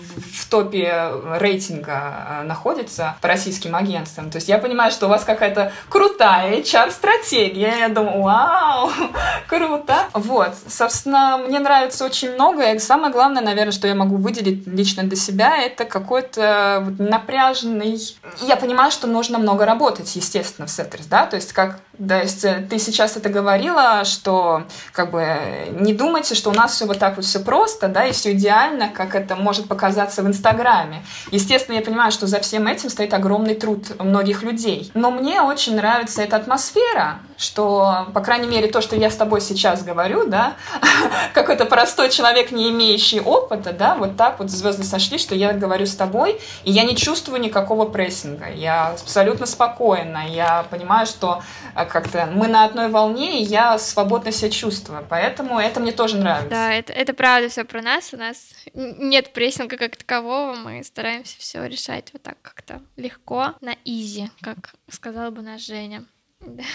H: в топе рейтинга находится по российским агентствам. То есть я понимаю, что у вас какая-то крутая эйч ар-стратегия. Я думаю, вау, круто. Вот, собственно, мне нравится очень много. И самое главное, наверное, что я могу выделить лично для себя, это какой-то вот напряженный... Я понимаю, что нужно много работать, естественно, в Setters, да, то есть как... То есть ты сейчас это говорила, что как бы не думайте, что у нас все вот так вот все просто, да, и все идеально, как это может показаться в Инстаграме. Естественно, я понимаю, что за всем этим стоит огромный труд многих людей. Но мне очень нравится эта атмосфера, что, по крайней мере, то, что я с тобой сейчас говорю, да, какой-то простой человек, не имеющий опыта, да, вот так вот звезды сошли, что я говорю с тобой, и я не чувствую никакого прессинга. Я абсолютно спокойна. Я понимаю, что как-то мы на одной волне, и я свободно себя чувствую. Поэтому это мне тоже нравится.
E: Да, это, это правда все про нас. У нас нет прессинга как такового. Мы стараемся все решать вот так как-то легко, на изи, как сказала бы наша Женя. Да.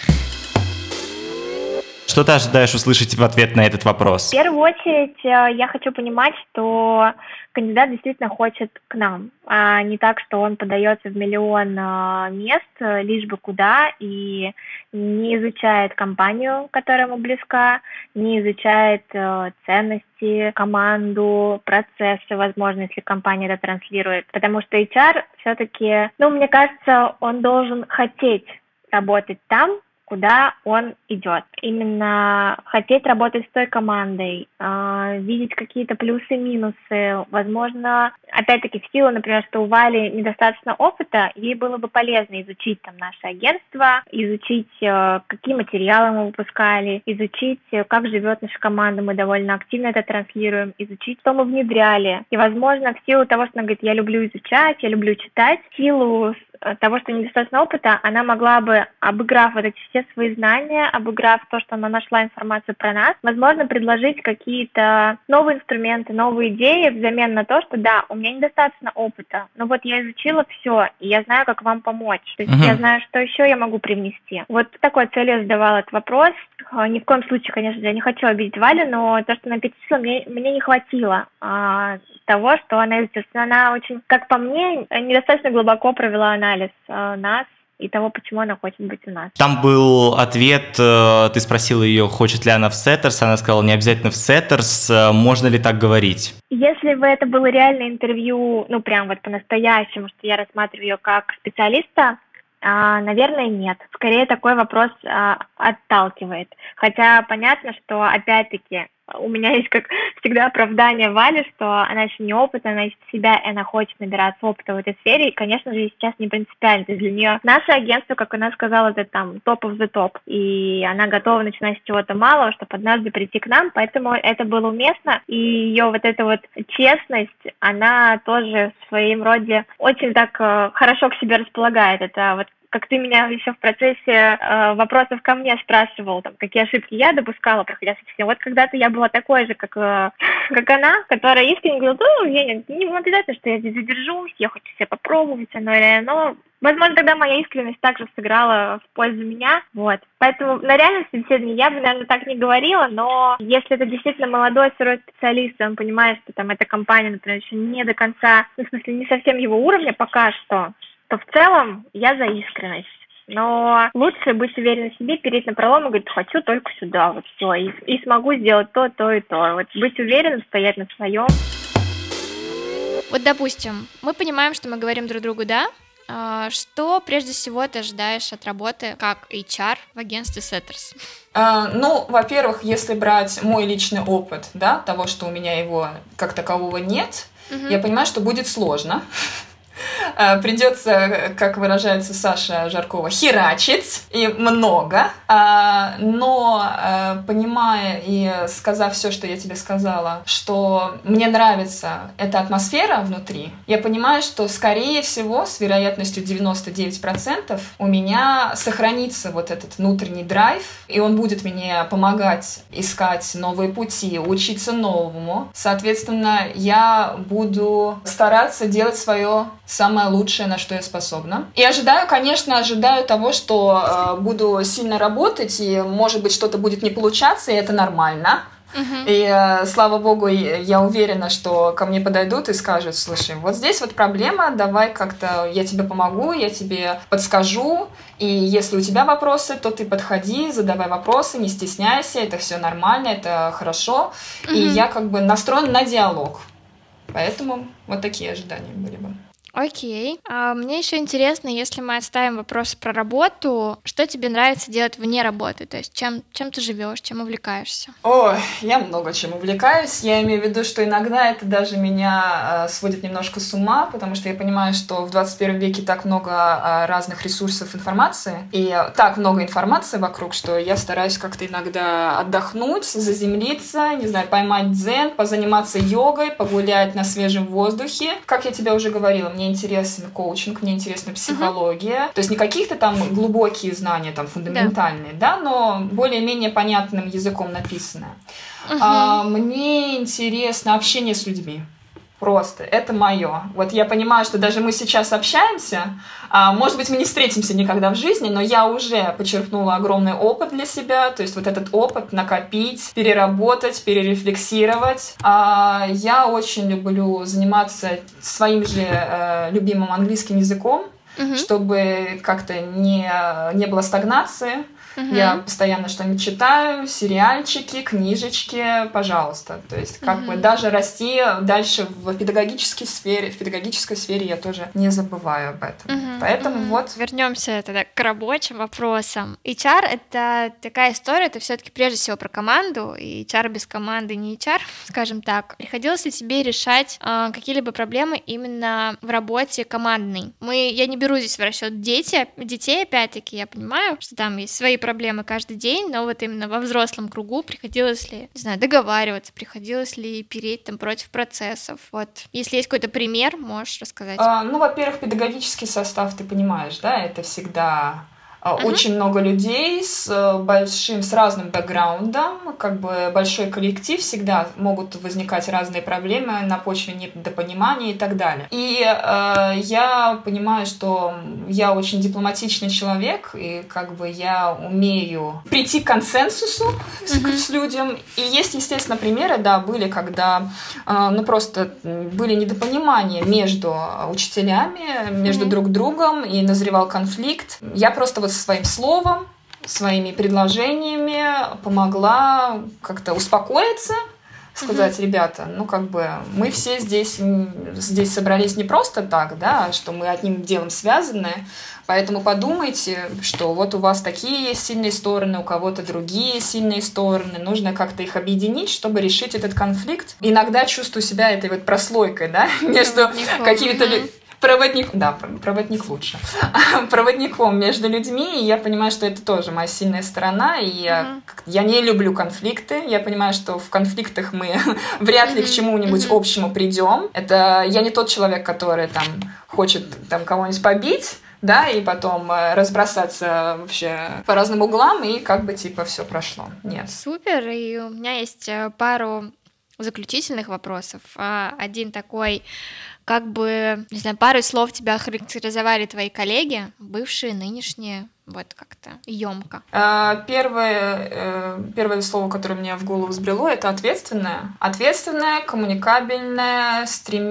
A: Что ты ожидаешь услышать в ответ на этот вопрос?
I: В первую очередь, я хочу понимать, что кандидат действительно хочет к нам, а не так, что он подается в миллион мест, лишь бы куда, и не изучает компанию, которая ему близка, не изучает ценности, команду, процессы, возможно, если компания это транслирует. Потому что эйч ар все-таки, ну, мне кажется, он должен хотеть работать там, куда он идет. Именно хотеть работать с той командой, э, видеть какие-то плюсы-минусы. Возможно, опять-таки в силу, например, что у Вали недостаточно опыта, ей было бы полезно изучить там наше агентство, изучить, э, какие материалы мы выпускали, изучить, э, как живет наша команда, мы довольно активно это транслируем, изучить, что мы внедряли. И, возможно, в силу того, что она говорит, я люблю изучать, я люблю читать, в силу того, что недостаточно опыта, она могла бы, обыграв вот эти все свои знания, обыграв то, что она нашла информацию про нас, возможно, предложить какие-то новые инструменты, новые идеи взамен на то, что да, у меня недостаточно опыта, но вот я изучила все, и я знаю, как вам помочь. То есть uh-huh. я знаю, что еще я могу привнести. Вот такой целью я задавала этот вопрос. Ни в коем случае, конечно же, я не хочу обидеть Валю, но то, что она перечислила, мне, мне не хватило а, того, что она изучила. Она очень, как по мне, недостаточно глубоко провела анализ а, нас и того, почему она хочет быть у нас.
A: Там был ответ, ты спросила ее, хочет ли она в Setters, она сказала, не обязательно в Setters, можно ли так говорить?
I: Если бы это было реальное интервью, ну прям вот по-настоящему, что я рассматриваю ее как специалиста, А, наверное, нет. Скорее, такой вопрос а, отталкивает. Хотя понятно, что, опять-таки, у меня есть, как всегда, оправдание Вали, что она еще неопытна, она ищет себя, и она хочет набираться опыта в этой сфере, и, конечно же, сейчас не принципиально. То есть для нее наше агентство, как она сказала, это там топ of the топ, и она готова начинать с чего-то малого, чтобы однажды прийти к нам, поэтому это было уместно, и ее вот эта вот честность, она тоже в своем роде очень так э, хорошо к себе располагает. Это вот как ты меня еще в процессе э, вопросов ко мне спрашивал, там, какие ошибки я допускала, проходя с Вот когда-то я была такой же, как, э, как она, которая искренне говорила, ну, я не, не обязательно, что я здесь задержусь, я хочу себя попробовать, но, но возможно, тогда моя искренность также сыграла в пользу меня, вот. Поэтому на реальном собеседовании я бы, наверное, так не говорила, но если это действительно молодой, сырой специалист, и он понимает, что там эта компания, например, еще не до конца, ну, в смысле, не совсем его уровня пока что, то в целом я за искренность. Но лучше быть уверенной в себе, перейти на пролом и говорить, хочу только сюда, вот все, и, и смогу сделать то, то и то. Вот быть уверенным, стоять на своем.
E: Вот, допустим, мы понимаем, что мы говорим друг другу «да». Что прежде всего ты ожидаешь от работы как эйч ар в агентстве Setters?
H: Uh, ну, во-первых, если брать мой личный опыт, да, того, что у меня его как такового нет, uh-huh. я понимаю, что будет сложно. Придется, как выражается Саша Жаркова, херачить и много, но понимая и сказав все, что я тебе сказала, что мне нравится эта атмосфера внутри, я понимаю, что, скорее всего, с вероятностью девяносто девять процентов у меня сохранится вот этот внутренний драйв, и он будет мне помогать искать новые пути, учиться новому. Соответственно, я буду стараться делать свое самое лучшее, на что я способна. И ожидаю, конечно, ожидаю того, что э, буду сильно работать, и, может быть, что-то будет не получаться, и это нормально. Uh-huh. И, э, слава богу, я уверена, что ко мне подойдут и скажут, слушай, вот здесь вот проблема, давай как-то я тебе помогу, я тебе подскажу, и если у тебя вопросы, то ты подходи, задавай вопросы, не стесняйся, это все нормально, это хорошо. Uh-huh. И я как бы настроена на диалог. Поэтому вот такие ожидания были бы.
E: Окей. А мне еще интересно, если мы оставим вопрос про работу, что тебе нравится делать вне работы? То есть чем, чем ты живешь, чем увлекаешься?
H: Ой, я много чем увлекаюсь. Я имею в виду, что иногда это даже меня э, сводит немножко с ума, потому что я понимаю, что в двадцать первом веке так много э, разных ресурсов информации, и э, так много информации вокруг, что я стараюсь как-то иногда отдохнуть, заземлиться, не знаю, поймать дзен, позаниматься йогой, погулять на свежем воздухе. Как я тебе уже говорила, мне интересен коучинг, мне интересна психология. Uh-huh. То есть не каких-то там глубокие знания, там фундаментальные, да, да но более-менее понятным языком написанное. Uh-huh. А, мне интересно общение с людьми. Просто. Это мое. Вот я понимаю, что даже мы сейчас общаемся, а, может быть, мы не встретимся никогда в жизни, но я уже почерпнула огромный опыт для себя, то есть вот этот опыт накопить, переработать, перерефлексировать. А, я очень люблю заниматься своим же э, любимым английским языком, угу. чтобы как-то не, не было стагнации. Uh-huh. Я постоянно что-нибудь читаю, сериальчики, книжечки, пожалуйста. То есть как uh-huh. бы даже расти дальше в педагогической сфере, в педагогической сфере я тоже не забываю об этом. Uh-huh. Поэтому uh-huh. вот.
E: Вернемся тогда к рабочим вопросам. эйч ар — это такая история, это все-таки прежде всего про команду, и эйч ар без команды не эйч ар, скажем так. Приходилось ли тебе решать э, какие-либо проблемы именно в работе командной? Мы, я не беру здесь в расчет дети, детей, опять-таки, я понимаю, что там есть свои проблемы каждый день, но вот именно во взрослом кругу приходилось ли, не знаю, договариваться, приходилось ли переть там против процессов, вот. Если есть какой-то пример, можешь рассказать?
H: А, ну, во-первых, педагогический состав, ты понимаешь, да, это всегда... Uh-huh. Очень много людей с большим, с разным бэкграундом, как бы большой коллектив, всегда могут возникать разные проблемы на почве недопонимания и так далее. И э, я понимаю, что я очень дипломатичный человек, и как бы я умею прийти к консенсусу uh-huh. с, с людям. И есть, естественно, примеры, да, были, когда э, ну просто были недопонимания между учителями, между uh-huh. друг другом, и назревал конфликт. Я просто вот своим словом, своими предложениями помогла как-то успокоиться, сказать, mm-hmm. ребята, ну, как бы, мы все здесь, здесь собрались не просто так, да, что мы одним делом связаны, поэтому подумайте, что вот у вас такие есть сильные стороны, у кого-то другие сильные стороны, нужно как-то их объединить, чтобы решить этот конфликт. Иногда чувствую себя этой вот прослойкой, да, между какими-то... Проводник, да, проводник лучше. Проводником между людьми, и я понимаю, что это тоже моя сильная сторона, и uh-huh. я не люблю конфликты, я понимаю, что в конфликтах мы вряд ли uh-huh. к чему-нибудь uh-huh. общему придем. Это я не тот человек, который там хочет там кого-нибудь побить, да, и потом разбросаться вообще по разным углам, и как бы типа все прошло. Нет.
E: Супер, и у меня есть пару заключительных вопросов. Один такой... Как бы, не знаю, пару слов тебя характеризовали твои коллеги, бывшие, нынешние, вот как-то емко.
H: Первое, первое слово, которое мне в голову взбрело, это ответственное. Ответственное, коммуникабельное,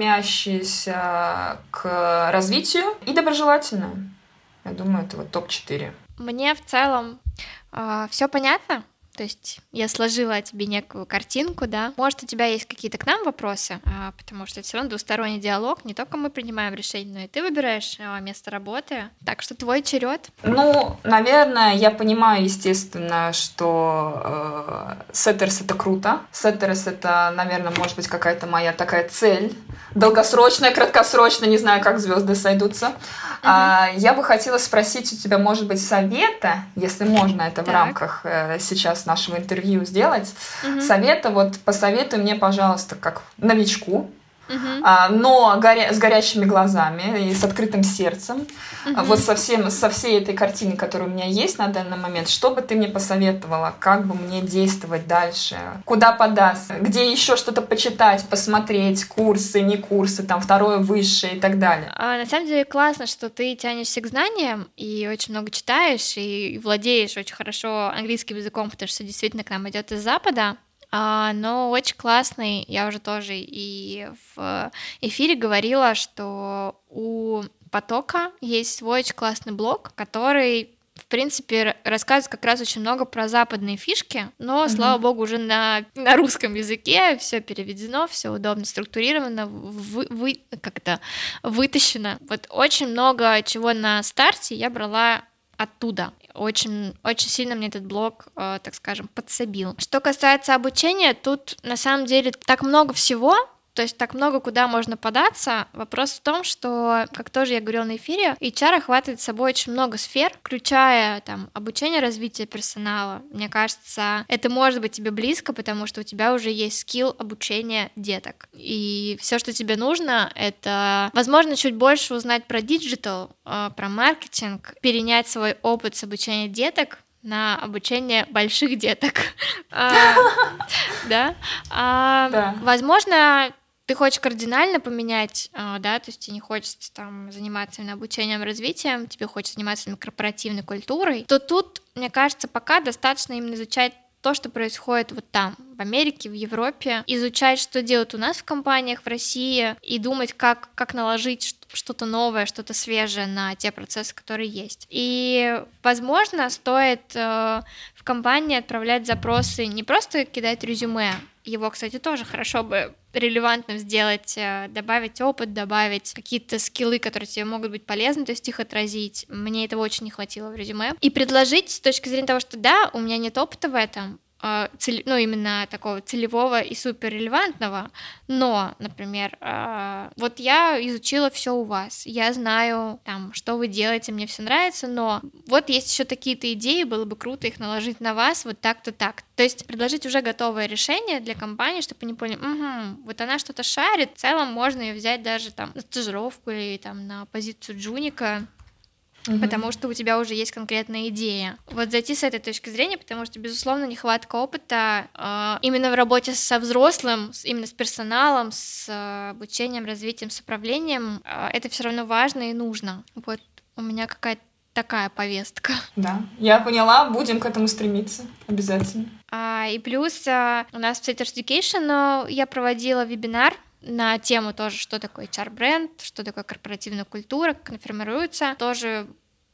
H: стремящееся к развитию и доброжелательное. Я думаю, это вот топ четыре.
E: Мне в целом все понятно. То есть я сложила тебе некую картинку, да. Может, у тебя есть какие-то к нам вопросы, а, потому что это все равно двусторонний диалог. Не только мы принимаем решение, но и ты выбираешь а, место работы. Так что твой черед.
H: Ну, наверное, я понимаю, естественно, что э, Setters — это круто. Setters — это, наверное, может быть, какая-то моя такая цель. Долгосрочная, краткосрочная, не знаю, как звезды сойдутся. Uh-huh. А, я бы хотела спросить у тебя, может быть, совета, если можно это так. в рамках э, сейчас нашего интервью сделать. Uh-huh. Совета, вот посоветуй мне, пожалуйста, как новичку, uh-huh. а, но горя- с горящими глазами и с открытым сердцем, uh-huh. вот со, всем, со всей этой картиной, которая у меня есть на данный момент, что бы ты мне посоветовала, как бы мне действовать дальше, куда податься, где еще что-то почитать, посмотреть, курсы, не курсы, там, второе высшее и так далее.
E: А, на самом деле классно, что ты тянешься к знаниям и очень много читаешь, и владеешь очень хорошо английским языком, потому что действительно к нам идет из Запада. А, но очень классный, я уже тоже и в эфире говорила, что у Потока есть свой очень классный блог, который, в принципе, рассказывает как раз очень много про западные фишки, но, mm-hmm. слава богу, уже на, на русском языке все переведено, все удобно структурировано, вы, вы, как-то вытащено. Вот очень много чего на старте я брала оттуда. Очень, очень сильно мне этот блог, э, так скажем, подсобил. Что касается обучения, тут на самом деле так много всего, то есть так много куда можно податься. Вопрос в том, что, как тоже я говорила на эфире, эйч ар охватывает собой очень много сфер, включая там обучение, развитие персонала. Мне кажется, это может быть тебе близко, потому что у тебя уже есть скилл обучения деток. И все, что тебе нужно, это, возможно, чуть больше узнать про диджитал, про маркетинг, перенять свой опыт с обучения деток на обучение больших деток. Да? Возможно, ты хочешь кардинально поменять, да, то есть тебе не хочется там заниматься именно обучением, развитием, тебе хочется заниматься именно корпоративной культурой, то тут, мне кажется, пока достаточно именно изучать то, что происходит вот там, в Америке, в Европе, изучать, что делают у нас в компаниях, в России, и думать, как, как наложить что-то новое, что-то свежее на те процессы, которые есть. И, возможно, стоит э, в компании отправлять запросы, не просто кидать резюме, его, кстати, тоже хорошо бы релевантным сделать, добавить опыт, добавить какие-то скиллы, которые тебе могут быть полезны, то есть их отразить. Мне этого очень не хватило в резюме. И предложить с точки зрения того, что да, у меня нет опыта в этом, ну, именно такого целевого и суперрелевантного, но, например, вот я изучила все у вас, я знаю, там, что вы делаете, мне все нравится, но вот есть еще такие-то идеи, было бы круто их наложить на вас вот так-то так. То есть предложить уже готовое решение для компании, чтобы они поняли, угу, вот она что-то шарит, в целом можно ее взять даже там на стажировку или там на позицию джуника, Mm-hmm. потому что у тебя уже есть конкретная идея. Вот зайти с этой точки зрения, потому что, безусловно, нехватка опыта э, именно в работе со взрослым, с, именно с персоналом, с э, обучением, развитием, с управлением, э, это все равно важно и нужно. Вот у меня какая-то такая повестка.
H: Да, я поняла, будем к этому стремиться, обязательно.
E: А, и плюс а, у нас в Setters Education я проводила вебинар на тему тоже, что такое эйч ар-бренд, что такое корпоративная культура, как она формируется. Тоже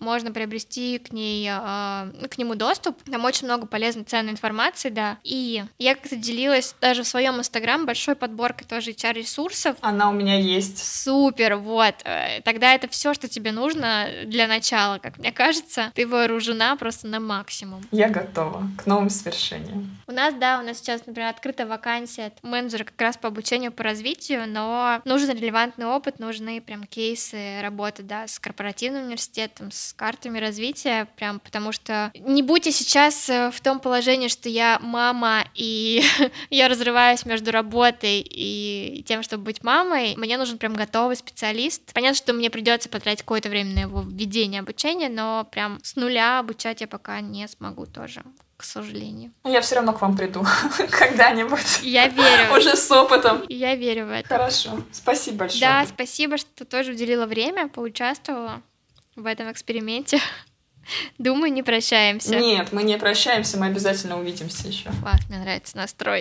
E: можно приобрести к ней, э, к нему доступ. Там очень много полезной, ценной информации, да. И я как-то делилась даже в своем инстаграм большой подборкой тоже эйч ар-ресурсов.
H: Она у меня есть.
E: Супер, вот. Тогда это все, что тебе нужно для начала, как мне кажется. Ты вооружена просто на максимум.
H: Я готова к новым свершениям.
E: У нас, да, у нас сейчас, например, открыта вакансия от менеджера как раз по обучению, по развитию, но нужен релевантный опыт, нужны прям кейсы работы, да, с корпоративным университетом, с картами развития, прям потому что не будьте сейчас в том положении, что я мама, и я разрываюсь между работой и тем, чтобы быть мамой. Мне нужен прям готовый специалист. Понятно, что мне придется потратить какое-то время на его введение обучения, но прям с нуля обучать я пока не смогу тоже, к сожалению.
H: Я все равно к вам приду когда-нибудь.
E: Я верю.
H: Уже с опытом.
E: Я верю в это.
H: Хорошо. Спасибо большое.
E: Да, спасибо, что тоже уделила время, поучаствовала в этом эксперименте. Думаю, не прощаемся.
H: Нет, мы не прощаемся, мы обязательно увидимся еще.
E: Класс, мне нравится настрой.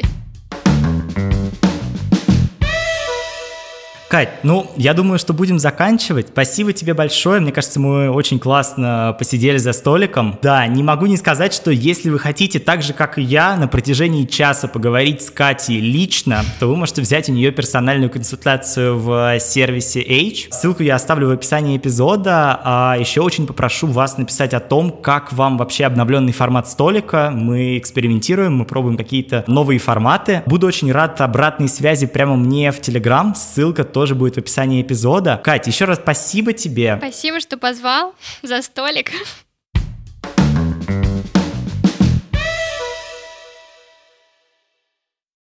F: Кать, ну, я думаю, что будем заканчивать. Спасибо тебе большое. Мне кажется, мы очень классно посидели за столиком. Да, не могу не сказать, что если вы хотите так же, как и я, на протяжении часа поговорить с Катей лично, то вы можете взять у нее персональную консультацию в сервисе H. Ссылку я оставлю в описании эпизода. А еще очень попрошу вас написать о том, как вам вообще обновленный формат столика. Мы экспериментируем, мы пробуем какие-то новые форматы. Буду очень рад обратной связи прямо мне в Telegram. Ссылка тоже тоже будет в описании эпизода. Кать, еще раз спасибо тебе.
E: Спасибо, что позвал за столик.